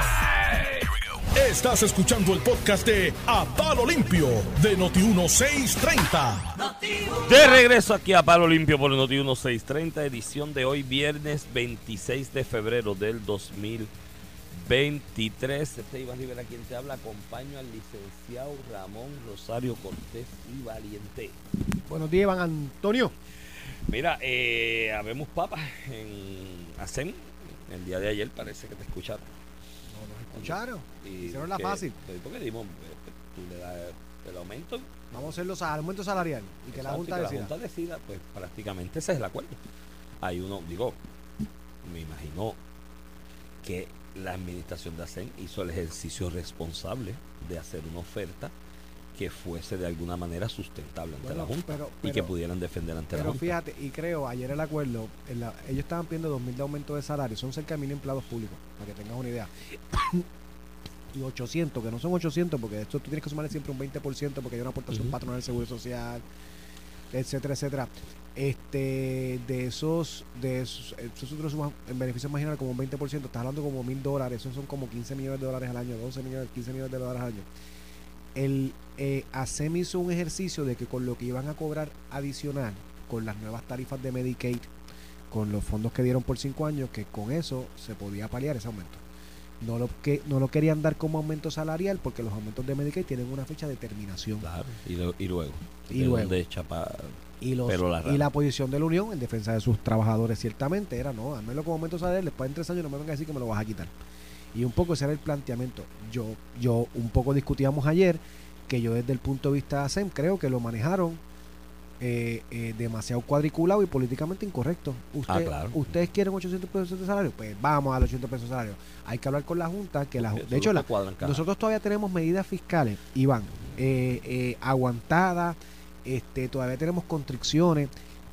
Estás escuchando el podcast de A Palo Limpio de Noti uno seiscientos treinta. De regreso aquí a Palo Limpio por Noti uno seiscientos treinta, edición de hoy, viernes veintiséis de febrero del dos mil veintitrés. Este Iván Rivera quien te habla, acompaño al licenciado Ramón Rosario Cortés y Valiente. Buenos días, Iván Antonio. Mira, eh, habemos papas en Asen. El día de ayer parece que te escucharon. ¿Escucharon? Y hicieron la que, fácil. ¿Por qué dimos? Tú le das el aumento. Vamos a hacer los aumentos salariales y que Exacto, la Junta que decida. La Junta decida, pues prácticamente ese es el acuerdo. Hay uno, digo, me imagino que la administración de ASEN hizo el ejercicio responsable de hacer una oferta que fuese de alguna manera sustentable ante bueno, la Junta pero, pero, y que pudieran defender ante la Junta. Pero fíjate, y creo, ayer el acuerdo, en la, ellos estaban pidiendo dos mil de aumento de salario, son cerca de mil empleados públicos, para que tengas una idea. Y ochocientos, que no son ochocientos, porque esto tú tienes que sumarle siempre un veinte por ciento, porque hay una aportación uh-huh. patronal del Seguro Social, etcétera, etcétera. Este, de esos, de esos, esos otros sumas en beneficios marginales como un veinte por ciento, estás hablando como mil dólares, esos son como quince millones de dólares al año, doce millones, quince millones de dólares al año. El eh, ASEM hizo un ejercicio de que con lo que iban a cobrar adicional, con las nuevas tarifas de Medicaid, con los fondos que dieron por cinco años, que con eso se podía paliar ese aumento. No lo que no lo querían dar como aumento salarial porque los aumentos de Medicaid tienen una fecha de terminación. Claro, y, lo, y luego. Y luego. De chapa, y, los, pero la, y la posición de la Unión en defensa de sus trabajadores ciertamente era, no, dámelo como aumento salarial, después en tres años no me vengan a decir que me lo vas a quitar. Y un poco ese era el planteamiento. Yo, yo un poco discutíamos ayer que yo desde el punto de vista de ASEM creo que lo manejaron eh, eh, demasiado cuadriculado y políticamente incorrecto. Usted, ah, claro. ¿Ustedes quieren ochocientos pesos de salario? Pues vamos a los ochocientos pesos de salario. Hay que hablar con la Junta. que la, De hecho, la, nosotros todavía tenemos medidas fiscales, Iván, eh, eh, aguantadas, este, todavía tenemos constricciones.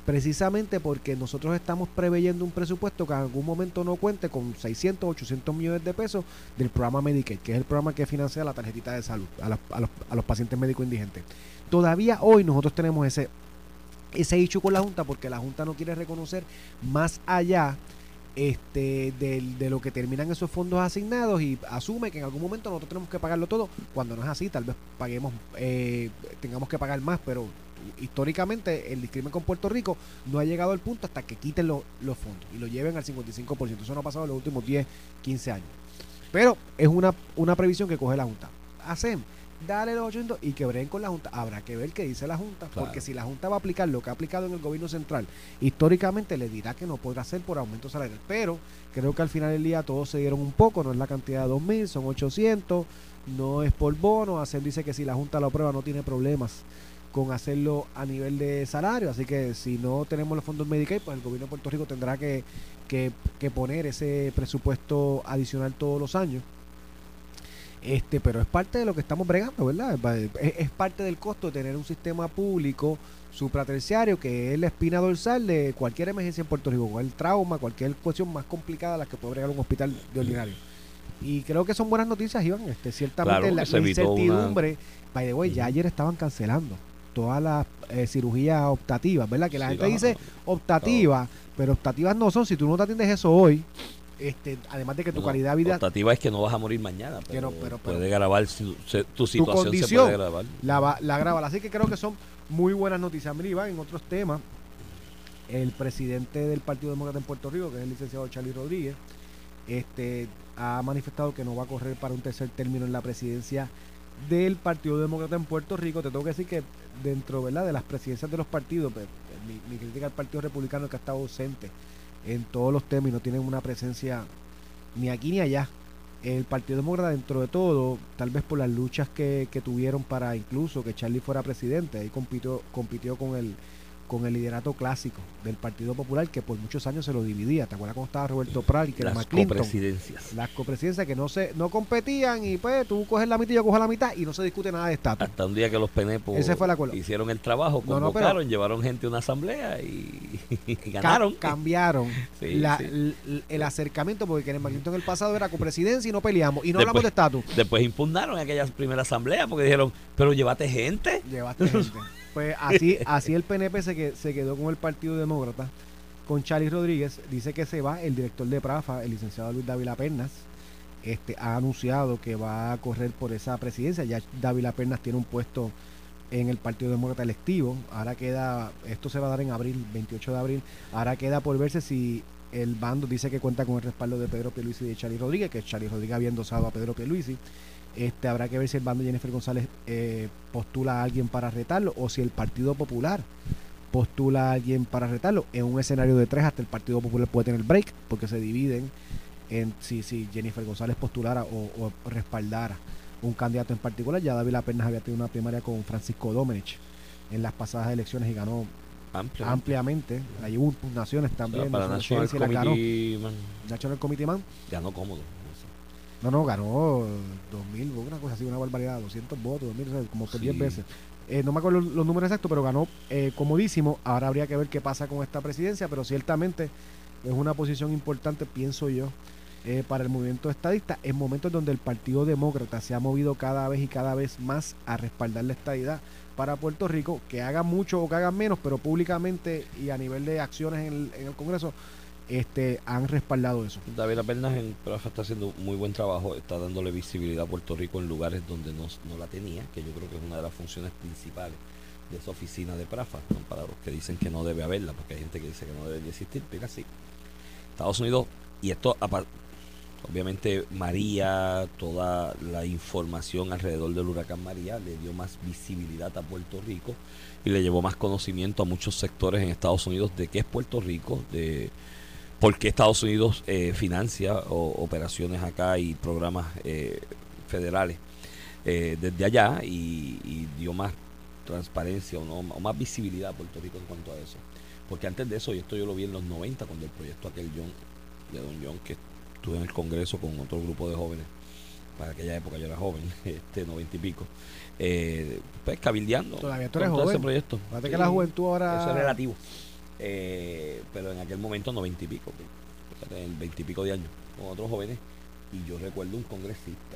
precisamente porque nosotros estamos preveyendo un presupuesto que en algún momento no cuente con seiscientos, ochocientos millones de pesos del programa Medicaid, que es el programa que financia la tarjetita de salud a, la, a, los, a los pacientes médicos indigentes. Todavía hoy nosotros tenemos ese, ese issue con la Junta porque la Junta no quiere reconocer más allá este de, de lo que terminan esos fondos asignados y asume que en algún momento nosotros tenemos que pagarlo todo, cuando no es así. Tal vez paguemos, eh, tengamos que pagar más, pero históricamente el discrimen con Puerto Rico no ha llegado al punto hasta que quiten lo, los fondos y lo lleven al cincuenta y cinco por ciento. Eso no ha pasado en los últimos diez, quince años, pero es una, una previsión que coge la Junta. Hacen, dale los ochocientos y que breguen con la Junta. Habrá que ver qué dice la Junta, claro. Porque si la Junta va a aplicar lo que ha aplicado en el gobierno central, históricamente le dirá que no podrá hacer por aumento salarial, pero creo que al final del día todos se dieron un poco, no es la cantidad de dos mil, son ochocientos, no es por bono. Hacen dice que si la Junta lo aprueba no tiene problemas con hacerlo a nivel de salario, así que si no tenemos los fondos Medicaid, pues el gobierno de Puerto Rico tendrá que, que, que poner ese presupuesto adicional todos los años. Este, pero es parte de lo que estamos bregando, ¿verdad? Es, es parte del costo de tener un sistema público supraterciario que es la espina dorsal de cualquier emergencia en Puerto Rico, cualquier trauma, cualquier cuestión más complicada a la que puede bregar un hospital de ordinario. Y creo que son buenas noticias, Iván. Este, ciertamente claro, la, la incertidumbre, una... by the way, ya ayer estaban cancelando todas las eh, cirugías optativas, ¿verdad? Que la sí, gente dice no, optativa, no. Pero optativas no son. Si tú no te atiendes eso hoy, este, además de que tu no, calidad de vida... Optativa es que no vas a morir mañana, pero, pero, pero puede grabar su, se, tu situación, tu condición, se puede grabar. La, la graba. Así que creo que son muy buenas noticias. Mira, Iván, en otros temas, el presidente del Partido Demócrata en Puerto Rico, que es el licenciado Charlie Rodríguez, este, ha manifestado que no va a correr para un tercer término en la presidencia del Partido Demócrata en Puerto Rico. Te tengo que decir que dentro, ¿verdad?, de las presidencias de los partidos, pues, mi, mi crítica al Partido Republicano es que ha estado ausente en todos los temas y no tienen una presencia ni aquí ni allá. El Partido Demócrata, dentro de todo, tal vez por las luchas que, que tuvieron para incluso que Charlie fuera presidente, ahí compitió, compitió con el con el liderato clásico del Partido Popular, que por muchos años se lo dividía. ¿Te acuerdas cómo estaba Roberto Prat y que era McClinton? Las copresidencias. Las copresidencias que no se no competían y pues tú coges la mitad y yo cojo la mitad y no se discute nada de estatus. Hasta un día que los P N P Ese fue el acuerdo. Hicieron el trabajo, convocaron, no, no, pero, llevaron gente a una asamblea y, y ganaron. Ca cambiaron sí, la, sí. El, el acercamiento, porque Kenneth McClinton en el pasado era copresidencia y no peleamos y no después, hablamos de estatus. Después impugnaron aquella primera asamblea porque dijeron, pero llévate gente. Llévate gente. Pues así, así el P N P se, que, se quedó con el Partido Demócrata, con Charlie Rodríguez. Dice que se va el director de Prafa, el licenciado Luis Dávila Pernas. Este, ha anunciado que va a correr por esa presidencia. Ya Dávila Pernas tiene un puesto en el Partido Demócrata electivo. Ahora queda, esto se va a dar en abril, veintiocho de abril. Ahora queda por verse si el bando dice que cuenta con el respaldo de Pedro Pierluisi y de Charlie Rodríguez, que Charlie Rodríguez había endosado a Pedro Pierluisi. Este, habrá que ver si el bando de Jennifer González eh, postula a alguien para retarlo o si el Partido Popular postula a alguien para retarlo. En un escenario de tres, hasta el Partido Popular puede tener break porque se dividen en si, si Jennifer González postulara o, o respaldara un candidato en particular. Ya Dávila Pernas había tenido una primaria con Francisco Domenech en las pasadas elecciones y ganó ampliamente. ampliamente. Hay hubo impugnaciones también. O sea, para National Committee Man. National Committee Man. Ganó cómodo. No, no, ganó dos mil, una cosa así, una barbaridad, doscientos votos, dos mil, o sea, como por diez sí. veces. Eh, no me acuerdo los, los números exactos, pero ganó eh, comodísimo. Ahora habría que ver qué pasa con esta presidencia, pero ciertamente es una posición importante, pienso yo, eh, para el movimiento estadista, en momentos donde el Partido Demócrata se ha movido cada vez y cada vez más a respaldar la estadidad para Puerto Rico, que hagan mucho o que hagan menos, pero públicamente y a nivel de acciones en el, en el Congreso, Este, han respaldado eso. David Pernas en Prafa está haciendo muy buen trabajo, está dándole visibilidad a Puerto Rico en lugares donde no, no la tenía, que yo creo que es una de las funciones principales de esa oficina de Prafa, ¿no? Para los que dicen que no debe haberla, porque hay gente que dice que no debe existir, pero así. Estados Unidos, y esto obviamente María, toda la información alrededor del huracán María le dio más visibilidad a Puerto Rico y le llevó más conocimiento a muchos sectores en Estados Unidos de qué es Puerto Rico, de por qué Estados Unidos eh, financia o, operaciones acá y programas eh, federales eh, desde allá y, y dio más transparencia o, no, o más visibilidad a Puerto Rico en cuanto a eso. Porque antes de eso, y esto yo lo vi en los noventa, cuando el proyecto aquel John, de Don John, que estuve en el Congreso con otro grupo de jóvenes, para aquella época yo era joven, este noventa y pico, eh, pues cabildeando. Todavía tú eres joven. Ese proyecto. Fíjate sí, que la juventud ahora... Eso es relativo. Eh, pero en aquel momento no veinte y pico, en veinte y pico de años, con otros jóvenes. Y yo recuerdo un congresista,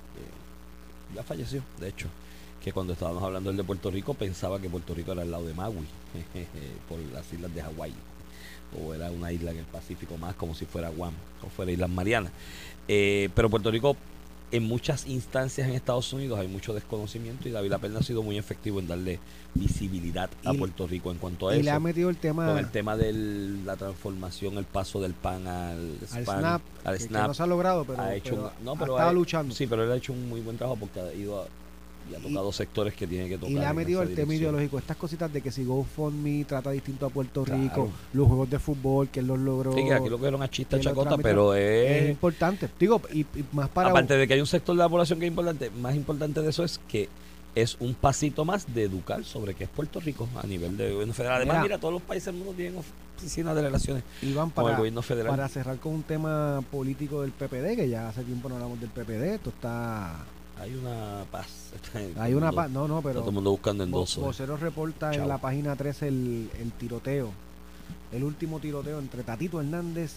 eh, ya falleció, de hecho, que cuando estábamos hablando del de Puerto Rico pensaba que Puerto Rico era al lado de Maui, por las islas de Hawái, o era una isla en el Pacífico más como si fuera Guam, o fuera Islas Marianas. Eh, pero Puerto Rico, en muchas instancias en Estados Unidos hay mucho desconocimiento y David Laperna ha sido muy efectivo en darle visibilidad a y, Puerto Rico en cuanto a y eso. Y le ha metido el tema... Con el tema de la transformación, el paso del pan al, al span, snap, al que, snap. Que no se ha logrado, pero, ha hecho pero un, no, pero ha estado ha, luchando. Sí, pero él ha hecho un muy buen trabajo porque ha ido a, y ha tocado y, sectores que tiene que tocar. Y le ha metido el dirección. tema ideológico. Estas cositas de que si GoFundMe trata distinto a Puerto Claro. Rico, los juegos de fútbol, que él los logró. Sí, que aquí lo que era una chista que chacota, pero es, es importante. Digo, y, y más para. Aparte de que hay un sector de la población que es importante, más importante de eso es que es un pasito más de educar sobre qué es Puerto Rico a nivel de gobierno federal. Además, mira, mira todos los países del mundo tienen oficinas de relaciones Iván, para, con el gobierno federal. Para cerrar con un tema político del P P D, que ya hace tiempo no hablamos del P P D, esto está... Hay una paz. Hay una paz, no, no, pero... Está todo el mundo buscando endosos. Vocero reporta Chau. En la página tres el, el tiroteo, el último tiroteo entre Tatito Hernández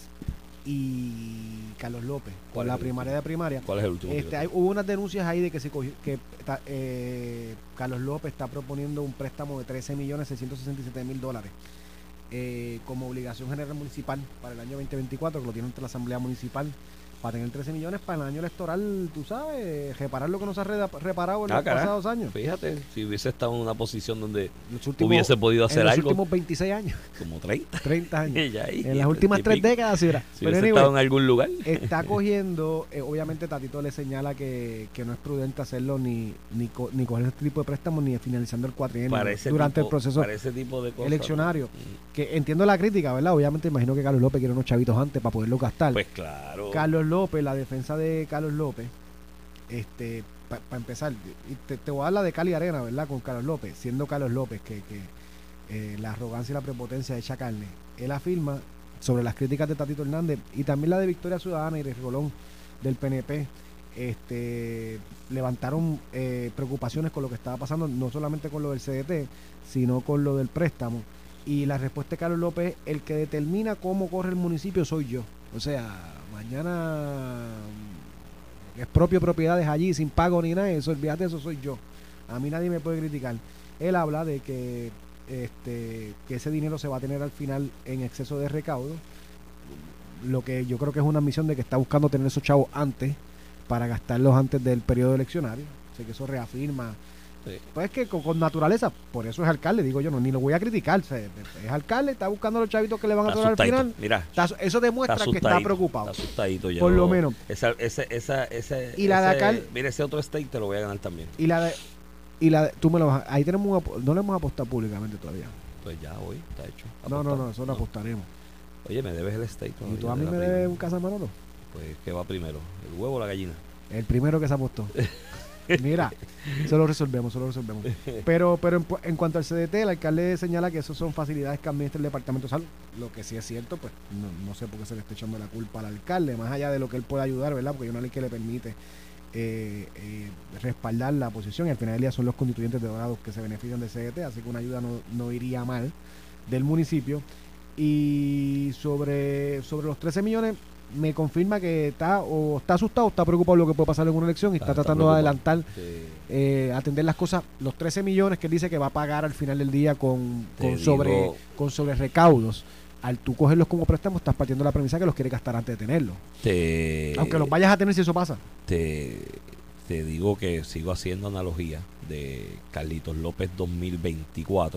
y Carlos López, por la primaria de primaria. ¿Cuál es el último? Este, hay, hubo unas denuncias ahí de que se cogió, que eh, Carlos López está proponiendo un préstamo de trece millones seiscientos sesenta y siete mil dólares eh, como obligación general municipal para el año veinte veinticuatro, que lo tiene ante la Asamblea Municipal, para tener trece millones para el año electoral, tú sabes, reparar lo que no se ha reparado en ah, los cara, pasados años. Fíjate, si hubiese estado en una posición donde últimos, hubiese podido hacer en los algo. En los últimos veintiséis años. Como treinta. treinta años. ya ahí, en las últimas tres décadas, sí, si pero hubiese anyway, estado en algún lugar. Está cogiendo, eh, obviamente Tatito le señala que, que no es prudente hacerlo ni, ni, co ni coger este tipo de préstamos ni finalizando el cuatrienio durante tipo, el proceso para ese tipo de cosas, eleccionario. ¿no? Que entiendo la crítica, ¿verdad? Obviamente imagino que Carlos López quiere unos chavitos antes para poderlo gastar. Pues claro. Carlos López, la defensa de Carlos López, este, para pa empezar, y te, te voy a dar la de Cali Arena, ¿verdad? Con Carlos López, siendo Carlos López que, que eh, la arrogancia y la prepotencia echa carne. Él afirma sobre las críticas de Tatito Hernández y también la de Victoria Ciudadana y de Rigolón del P N P. Este, levantaron eh, preocupaciones con lo que estaba pasando, no solamente con lo del C D T, sino con lo del préstamo. Y la respuesta de Carlos López, el que determina cómo corre el municipio soy yo. O sea, mañana es propio propiedades allí sin pago ni nada, eso, olvídate, eso soy yo. A mí nadie me puede criticar. Él habla de que este que ese dinero se va a tener al final en exceso de recaudo, lo que yo creo que es una misión de que está buscando tener esos chavos antes para gastarlos antes del periodo eleccionario. Así que eso reafirma. Sí. Pues que con, con naturaleza, por eso es alcalde, digo yo, no ni lo voy a criticar. O sea, es alcalde, está buscando a los chavitos que le van a tocar al final. Mira, está, eso demuestra está que está preocupado. Está asustadito ya. Por lo menos. Esa, esa, esa, ese, y la ese, de acá, mira, ese otro stake te lo voy a ganar también. Y la de, y la de, tú me lo vas a, ahí tenemos un, no le hemos apostado públicamente todavía. Pues ya hoy está hecho. No, no, no, eso lo no. apostaremos. Oye, me debes el stake. ¿Y tú a mí me debes un casa Manolo? Pues, ¿qué va primero? ¿El huevo o la gallina? El primero que se apostó. Mira, eso lo resolvemos, eso lo resolvemos. Pero, pero en, en cuanto al C D T, el alcalde señala que eso son facilidades que administra el Departamento de Salud. Lo que sí es cierto, pues no, no sé por qué se le está echando la culpa al alcalde, más allá de lo que él pueda ayudar, ¿verdad? Porque hay una ley que le permite eh, eh, respaldar la posición y al final del día son los constituyentes de Dorados que se benefician del C D T, así que una ayuda no, no iría mal del municipio. Y sobre, sobre los trece millones, me confirma que está o está asustado o está preocupado de lo que puede pasar en una elección y está, está tratando de adelantar, sí. eh, atender las cosas. Los trece millones que él dice que va a pagar al final del día con, con sobre digo, con sobre recaudos, al tú cogerlos como préstamo estás partiendo la premisa que los quiere gastar antes de tenerlos. Te, aunque los vayas a tener si eso pasa. Te, te digo que sigo haciendo analogía de Carlitos López dos mil veinticuatro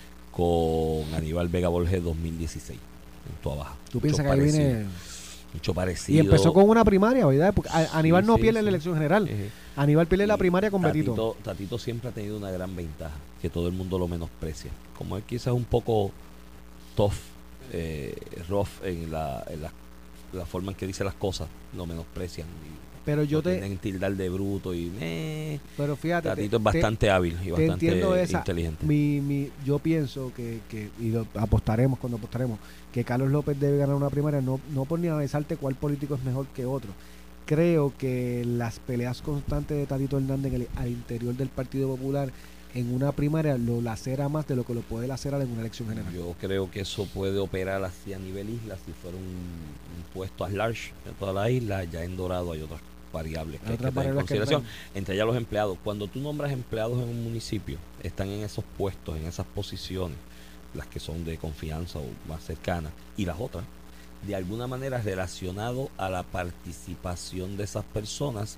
con Aníbal Vega Borges dos mil dieciséis en Toa Baja. ¿Tú piensas que ahí viene...? Mucho parecido. Y empezó con una primaria, ¿verdad? Porque Aníbal sí, no sí, pierde sí. la elección general. Eh, Aníbal pierde la primaria con Tatito, Betito. Tatito siempre ha tenido una gran ventaja, que todo el mundo lo menosprecia. Como él quizás un poco tough, eh, rough en, la, en la, la forma en que dice las cosas, lo menosprecian. Y pero yo te tienen tildar de bruto y eh, pero fíjate, Tatito te, es bastante te, hábil y bastante esa, inteligente. Mi, mi, yo pienso que, que y lo apostaremos cuando apostaremos que Carlos López debe ganar una primaria, no, no por ni analizarte cuál político es mejor que otro. Creo que las peleas constantes de Tatito Hernández en el, al interior del Partido Popular en una primaria lo lacera más de lo que lo puede lacerar en una elección general. Yo creo que eso puede operar así a nivel isla, si fuera un, un puesto at large de toda la isla. Ya en Dorado hay otras variables que hay, hay que tener en consideración, entre ellas los empleados. Cuando tú nombras empleados en un municipio, están en esos puestos, en esas posiciones, las que son de confianza o más cercanas, y las otras, de alguna manera relacionado a la participación de esas personas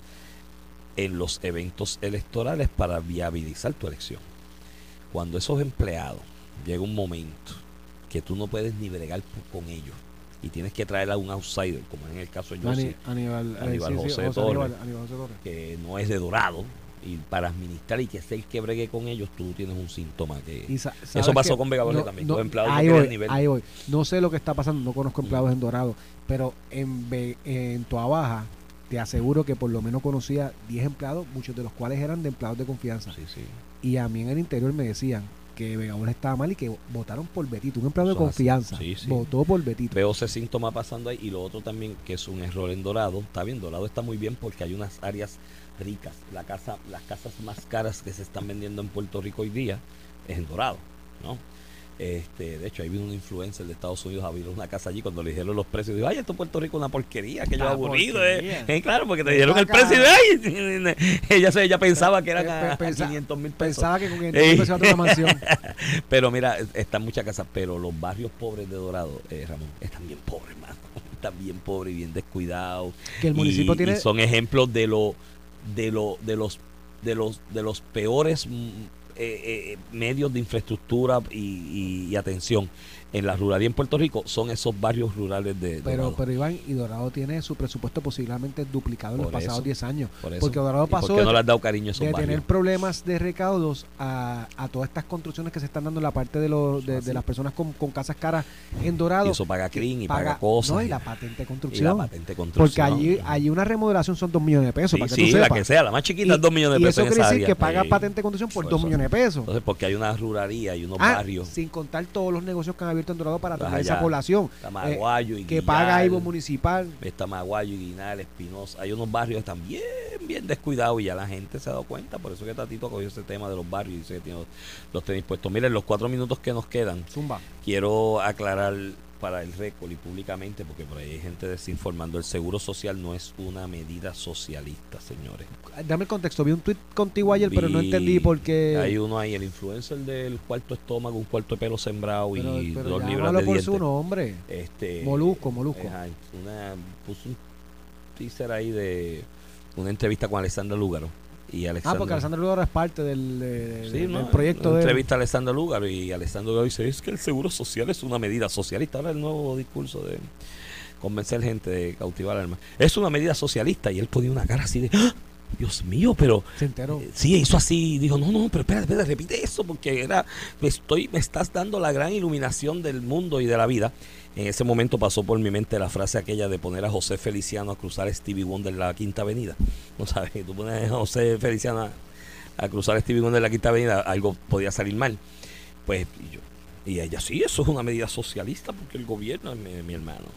en los eventos electorales para viabilizar tu elección. Cuando esos empleados llega un momento que tú no puedes ni bregar con ellos y tienes que traer a un outsider, como en el caso de Yossi, Aníbal, Aníbal sí, José, sí, Torres, Aníbal, Aníbal José Torres, que no es de Dorado, y para administrar y que sea el que bregue con ellos, tú tienes un síntoma que sa- eso pasó que, con Vega Borges no, también. No, Los empleados ahí no voy, tienen nivel. ahí voy. No sé lo que está pasando, no conozco empleados Mm. en Dorado, pero en, Be- en Toa Baja te aseguro que por lo menos conocía diez empleados, muchos de los cuales eran de empleados de confianza. Sí, sí. Y a mí en el interior me decían que Vega Borges estaba mal y que votaron por Betito, un empleado Eso de es así. confianza. Sí, sí. Votó por Betito. Veo ese síntoma pasando ahí. Y lo otro también, que es un error en Dorado. Está bien, Dorado está muy bien porque hay unas áreas ricas. La casa, las casas más caras que se están vendiendo en Puerto Rico hoy día es en Dorado, ¿no? Este, de hecho, ahí vino un influencer de Estados Unidos a abrir una casa allí. Cuando le dijeron los precios, dijo: ay, esto en Puerto Rico es una porquería, que yo Una aburrido. porquería. Eh. Eh, claro, porque te dijeron el Acá. precio de ay, ella, se, ella pensaba que eran Pe- a, pe- a pensa- quinientos mil pesos. Pensaba que con quinientos mil pesos iba a tener una mansión. Pero mira, están muchas casas, pero los barrios pobres de Dorado, eh, Ramón, están bien pobres, hermano. Están bien pobres y bien descuidados. Que el municipio y, tiene... y son ejemplos de lo, de lo, de los, de los, de los peores mm, eh, eh, medios de infraestructura y, y, y atención en la ruralidad en Puerto Rico son esos barrios rurales de Pero, Dorado. pero Iván, y Dorado tiene su presupuesto posiblemente duplicado en Por los pasados eso, diez años. Por eso. Porque Dorado ¿Y por pasó qué de, no le has dado cariño a esos de barrios? tener problemas de recaudos a, a todas estas construcciones que se están dando en la parte de, los, de, Así. de las personas con, con casas caras en Dorado. Y eso paga C R I M y paga, cosas. No, y y- la patente de y construcción. la patente de construcción. Porque allí, allí una remodelación son dos millones de pesos, Sí, para que sí, tú la sepas. que sea, la más chiquita es dos millones de y pesos eso en quiere esa decir área. que paga Sí. patente de construcción por Por dos eso. millones de pesos. Entonces, porque hay una ruralía y unos Ah, barrios. sin contar todos los negocios que han abierto en Dorado para Vas atender esa allá, población. Está Maguayo y Que Guinal, paga I V O municipal. Está Maguayo y Guinal, Espinosa. Hay unos barrios que están bien, bien descuidados y ya la gente se ha dado cuenta. Por eso que Tatito cogió ese tema de los barrios y dice que tiene los, los tenis puestos. Miren, los cuatro minutos que nos quedan, Zumba. quiero aclarar para el récord y públicamente, porque por ahí hay gente desinformando. El seguro social no es una medida socialista, señores. Dame el contexto. Vi un tweet contigo ayer, pero no Vi- entendí por qué. Hay uno ahí, el influencer del cuarto estómago, un cuarto de pelo sembrado Pero, y pero dos libras llámalo de por dientes. su nombre. Este, Molusco, Molusco. Ajá, una, puso un teaser ahí de una entrevista con Alessandra Lúgaro. Y Ah, Alexandra, porque Alessandro Lugaro es parte del, de- sí, del ¿no? proyecto Una de. entrevista a Alessandra Lúgaro y Alessandra Lúgaro dice: es que el seguro social es una medida socialista. Ahora el nuevo discurso de convencer gente de cautivar alma. Es una medida socialista. Y él ponía una cara así de: ¡ah! Dios mío, pero Se enteró. eh, sí, hizo así, dijo: no, no, pero espérate, espérate, repite eso, porque era, me estoy, me estás dando la gran iluminación del mundo y de la vida. En ese momento pasó por mi mente la frase aquella de poner a José Feliciano a cruzar Stevie Wonder en la Quinta Avenida. No sabes, tú pones a José Feliciano a, a cruzar Stevie Wonder en la Quinta Avenida, algo podía salir mal. Pues, y yo, y ella: sí, eso es una medida socialista porque el gobierno, mi, mi hermano.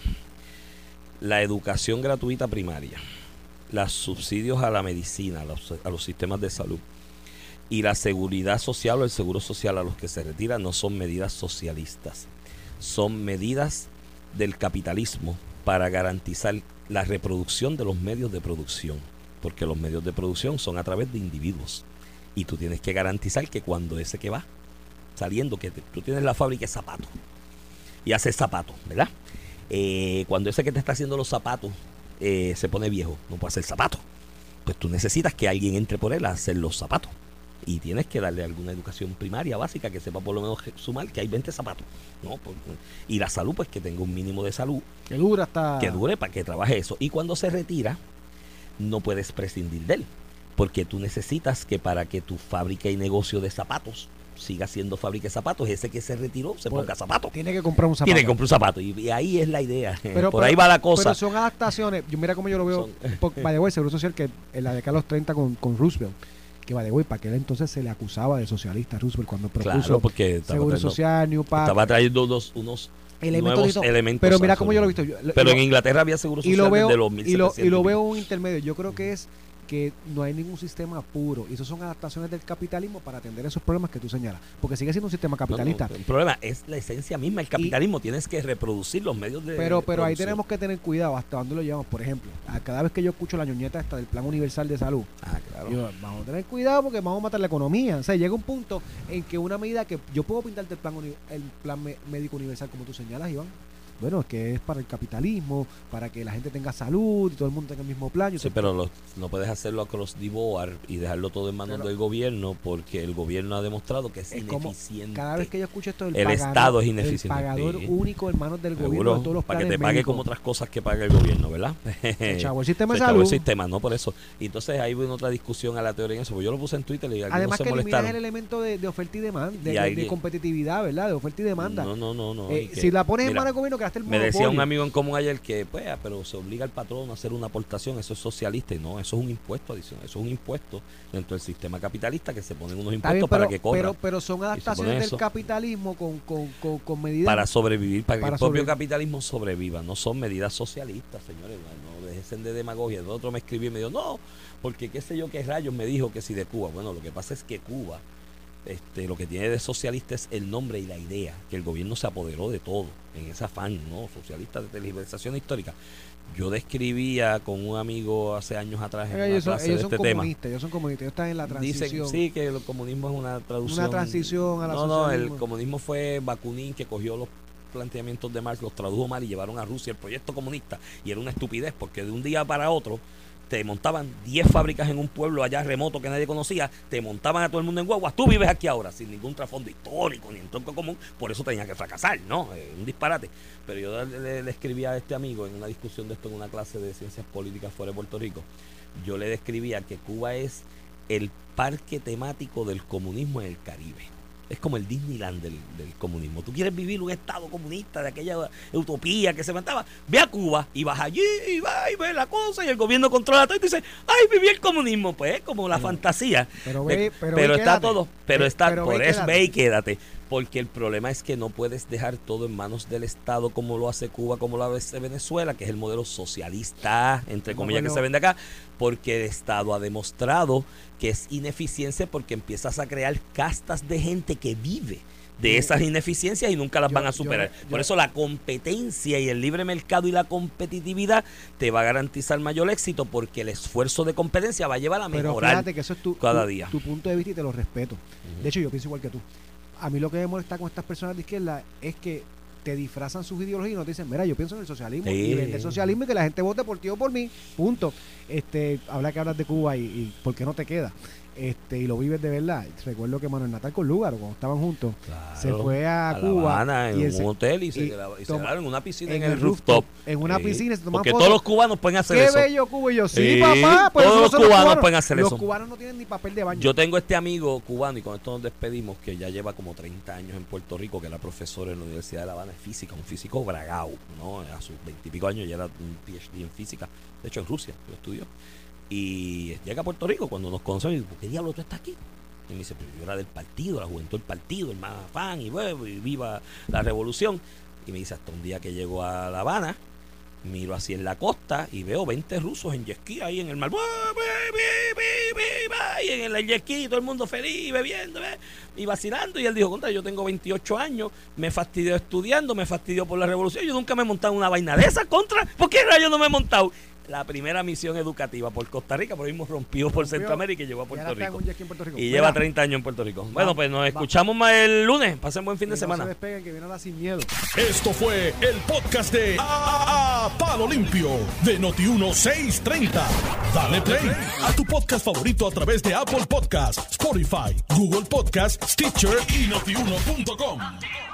La educación gratuita primaria, los subsidios a la medicina, a los, a los sistemas de salud y la seguridad social o el seguro social a los que se retiran no son medidas socialistas, son medidas del capitalismo para garantizar la reproducción de los medios de producción, porque los medios de producción son a través de individuos y tú tienes que garantizar que cuando ese que va saliendo, que te, tú tienes la fábrica de zapatos y haces zapatos, ¿verdad? Eh, cuando ese que te está haciendo los zapatos eh, se pone viejo, no puede hacer zapatos, pues tú necesitas que alguien entre por él a hacer los zapatos y tienes que darle alguna educación primaria básica que sepa por lo menos sumar que hay veinte zapatos, ¿no? Por- y la salud, pues que tenga un mínimo de salud Que dura hasta. que dure para que trabaje eso. Y cuando se retira, no puedes prescindir de él, porque tú necesitas que para que tu fábrica y negocio de zapatos siga siendo fábrica de zapatos, ese que se retiró se Pues, ponga zapatos. Tiene que comprar un zapato. Tiene que comprar un zapato. Y, y ahí es la idea. Pero- Por pero- ahí va la cosa. Pero son adaptaciones. Yo mira cómo yo lo veo. Son- Porque, by the way, el Seguro Social que en la década de los treinta con, con Roosevelt, que by the way, para aquel entonces se le acusaba de socialista a Roosevelt cuando propuso Claro, porque estaba Seguro trayendo, Social, New Pac, estaba trayendo unos, unos elementos nuevos y todo. elementos. Pero mira a cómo yo lo he su- visto. Yo- Pero y en lo- Inglaterra había seguro y social lo veo desde los y lo, y lo mil setecientos. veo un intermedio. Yo creo que es que no hay ningún sistema puro. Y eso son adaptaciones del capitalismo para atender esos problemas que tú señalas. Porque sigue siendo un sistema capitalista. No, no, el problema es la esencia misma. El capitalismo y, tienes que reproducir los medios de Pero, pero ahí producción. tenemos que tener cuidado hasta dónde lo llevamos. Por ejemplo, a cada vez que yo escucho la ñoñeta esta del Plan Universal de Salud, ah, claro. yo, vamos a tener cuidado porque vamos a matar la economía. O sea, llega un punto en que una medida que yo puedo pintarte el plan, uni, el plan me, médico universal como tú señalas, Iván. Bueno, es que es para el capitalismo, para que la gente tenga salud y todo el mundo tenga el mismo plan. Yo sí, pero lo, no puedes hacerlo across the board y dejarlo todo en manos pero, del gobierno porque el gobierno ha demostrado que es, es ineficiente. Cada vez que yo escucho esto del el pagador, Estado es ineficiente. El pagador sí. único en manos del Seguro, gobierno de todos los para planes que te pague médicos. como otras cosas que paga el gobierno, ¿verdad? Se chavó el sistema se de salud. el sistema, no por eso. Y entonces ahí viene otra discusión a la teoría en eso. Pues yo lo puse en Twitter y además se que molestaron. eliminas el elemento de, de oferta y demanda, de, y de, ahí, de competitividad, ¿verdad? De oferta y demanda. No, no, no. no eh, que, si la pones mira, en manos del gobierno, quedaste el monopolio. Me decía un amigo en común ayer que, pues, pero se obliga al patrón a hacer una aportación, eso es socialista, y no, eso es un impuesto adicional, eso es un impuesto dentro del sistema capitalista que se ponen unos impuestos bien, pero, para que corran. Pero, pero son adaptaciones del capitalismo con, con, con, con medidas para sobrevivir, para, para que el propio sobrevivir. capitalismo sobreviva, no son medidas socialistas, señores, no, no dejen de demagogia. El otro me escribió y me dijo, no, porque qué sé yo qué rayos me dijo que si de Cuba. Bueno, lo que pasa es que Cuba Este, lo que tiene de socialista es el nombre y la idea, que el gobierno se apoderó de todo, en ese afán, ¿no? Socialista de tergiversación histórica. Yo describía con un amigo hace años atrás en una ellos son, clase ellos de son este tema. Ellos son comunistas, ellos están en la transición. Dicen, sí, que el comunismo es una traducción. Una transición a la No, socialismo. no, el comunismo fue Bakunin que cogió los planteamientos de Marx, los tradujo mal y llevaron a Rusia el proyecto comunista. Y era una estupidez porque de un día para otro te montaban diez fábricas en un pueblo allá remoto que nadie conocía, te montaban a todo el mundo en guaguas, tú vives aquí ahora, sin ningún trasfondo histórico ni en tronco común, por eso tenía que fracasar, ¿no? Eh, un disparate. Pero yo le, le, le escribía a este amigo en una discusión de esto en una clase de ciencias políticas fuera de Puerto Rico, yo le describía que Cuba es el parque temático del comunismo en el Caribe. Es como el Disneyland del, del comunismo. Tú quieres vivir un estado comunista de aquella utopía que se levantaba. Ve a Cuba y vas allí y vas y ves la cosa y el gobierno controla todo y tú dices, ¡ay, viví el comunismo! Pues es como la pero, fantasía. Pero, ve, pero, pero ve, está quédate. todo. Pero ve, está, pero por ve, eso quédate. ve y quédate. Porque el problema es que no puedes dejar todo en manos del Estado como lo hace Cuba, como lo hace Venezuela, que es el modelo socialista, entre no, comillas, bueno. que se vende acá, porque el Estado ha demostrado que es ineficiencia porque empiezas a crear castas de gente que vive de esas ineficiencias y nunca las yo, van a superar. yo, yo, Por eso la competencia y el libre mercado y la competitividad te va a garantizar mayor éxito porque el esfuerzo de competencia va a llevar a mejorar pero fíjate que eso es tu, cada tu, día. tu punto de vista y te lo respeto. Uh-huh. De hecho, yo pienso igual que tú. A mí lo que me molesta con estas personas de izquierda es que te disfrazan sus ideologías y no te dicen, mira, yo pienso en el socialismo sí. y vende el socialismo y que la gente vote por ti o por mí, punto. Este, habla que hablas de Cuba y, y ¿por qué no te queda? Este, y lo vives de verdad. Recuerdo que Manuel Natal con Lúgaro, cuando estaban juntos, claro, se fue a, a Cuba La Habana, en y un se, hotel y se, y graba, y toma, se grabaron en una piscina en, en el rooftop. rooftop. En una sí. piscina se toman Porque fotos. todos los cubanos pueden hacer Qué eso. Qué bello Cuba. Y yo, sí, sí papá. Pues todos los cubanos, cubanos pueden hacer los eso. Los cubanos no tienen ni papel de baño. Yo tengo este amigo cubano y con esto nos despedimos que ya lleva como treinta años en Puerto Rico, que era profesor en la Universidad de La Habana de física, un físico bragao, ¿no? A sus veintipico años ya era un P H D en física. De hecho, en Rusia lo estudió. Y llega a Puerto Rico cuando nos conocemos y dice, ¿por qué diablo tú estás aquí? Y me dice, pero yo era del partido, la juventud del partido, el más afán y, bueno, y viva la revolución. Y me dice, hasta un día que llego a La Habana, miro así en la costa y veo veinte rusos en jet ski ahí en el mar. Y en el jet ski todo el mundo feliz, bebiendo y vacilando. Y él dijo, contra, yo tengo veintiocho años, me fastidió estudiando, me fastidió por la revolución. Yo nunca me he montado en una vaina de esas, contra. ¿Por qué rayos no me he montado? La primera misión educativa por Costa Rica, por ahí mismo rompió por Centroamérica y llegó a Puerto Rico. Puerto Rico. Y Mira, lleva treinta años en Puerto Rico. Va, bueno, pues nos va. escuchamos más el lunes. Pasen buen fin de no semana. Se despeguen, que viene la sin miedo. Esto fue el podcast de A, A Palo Limpio de Noti uno seiscientos treinta. Dale play a tu podcast favorito a través de Apple Podcasts, Spotify, Google Podcasts, Stitcher y notiuno punto com.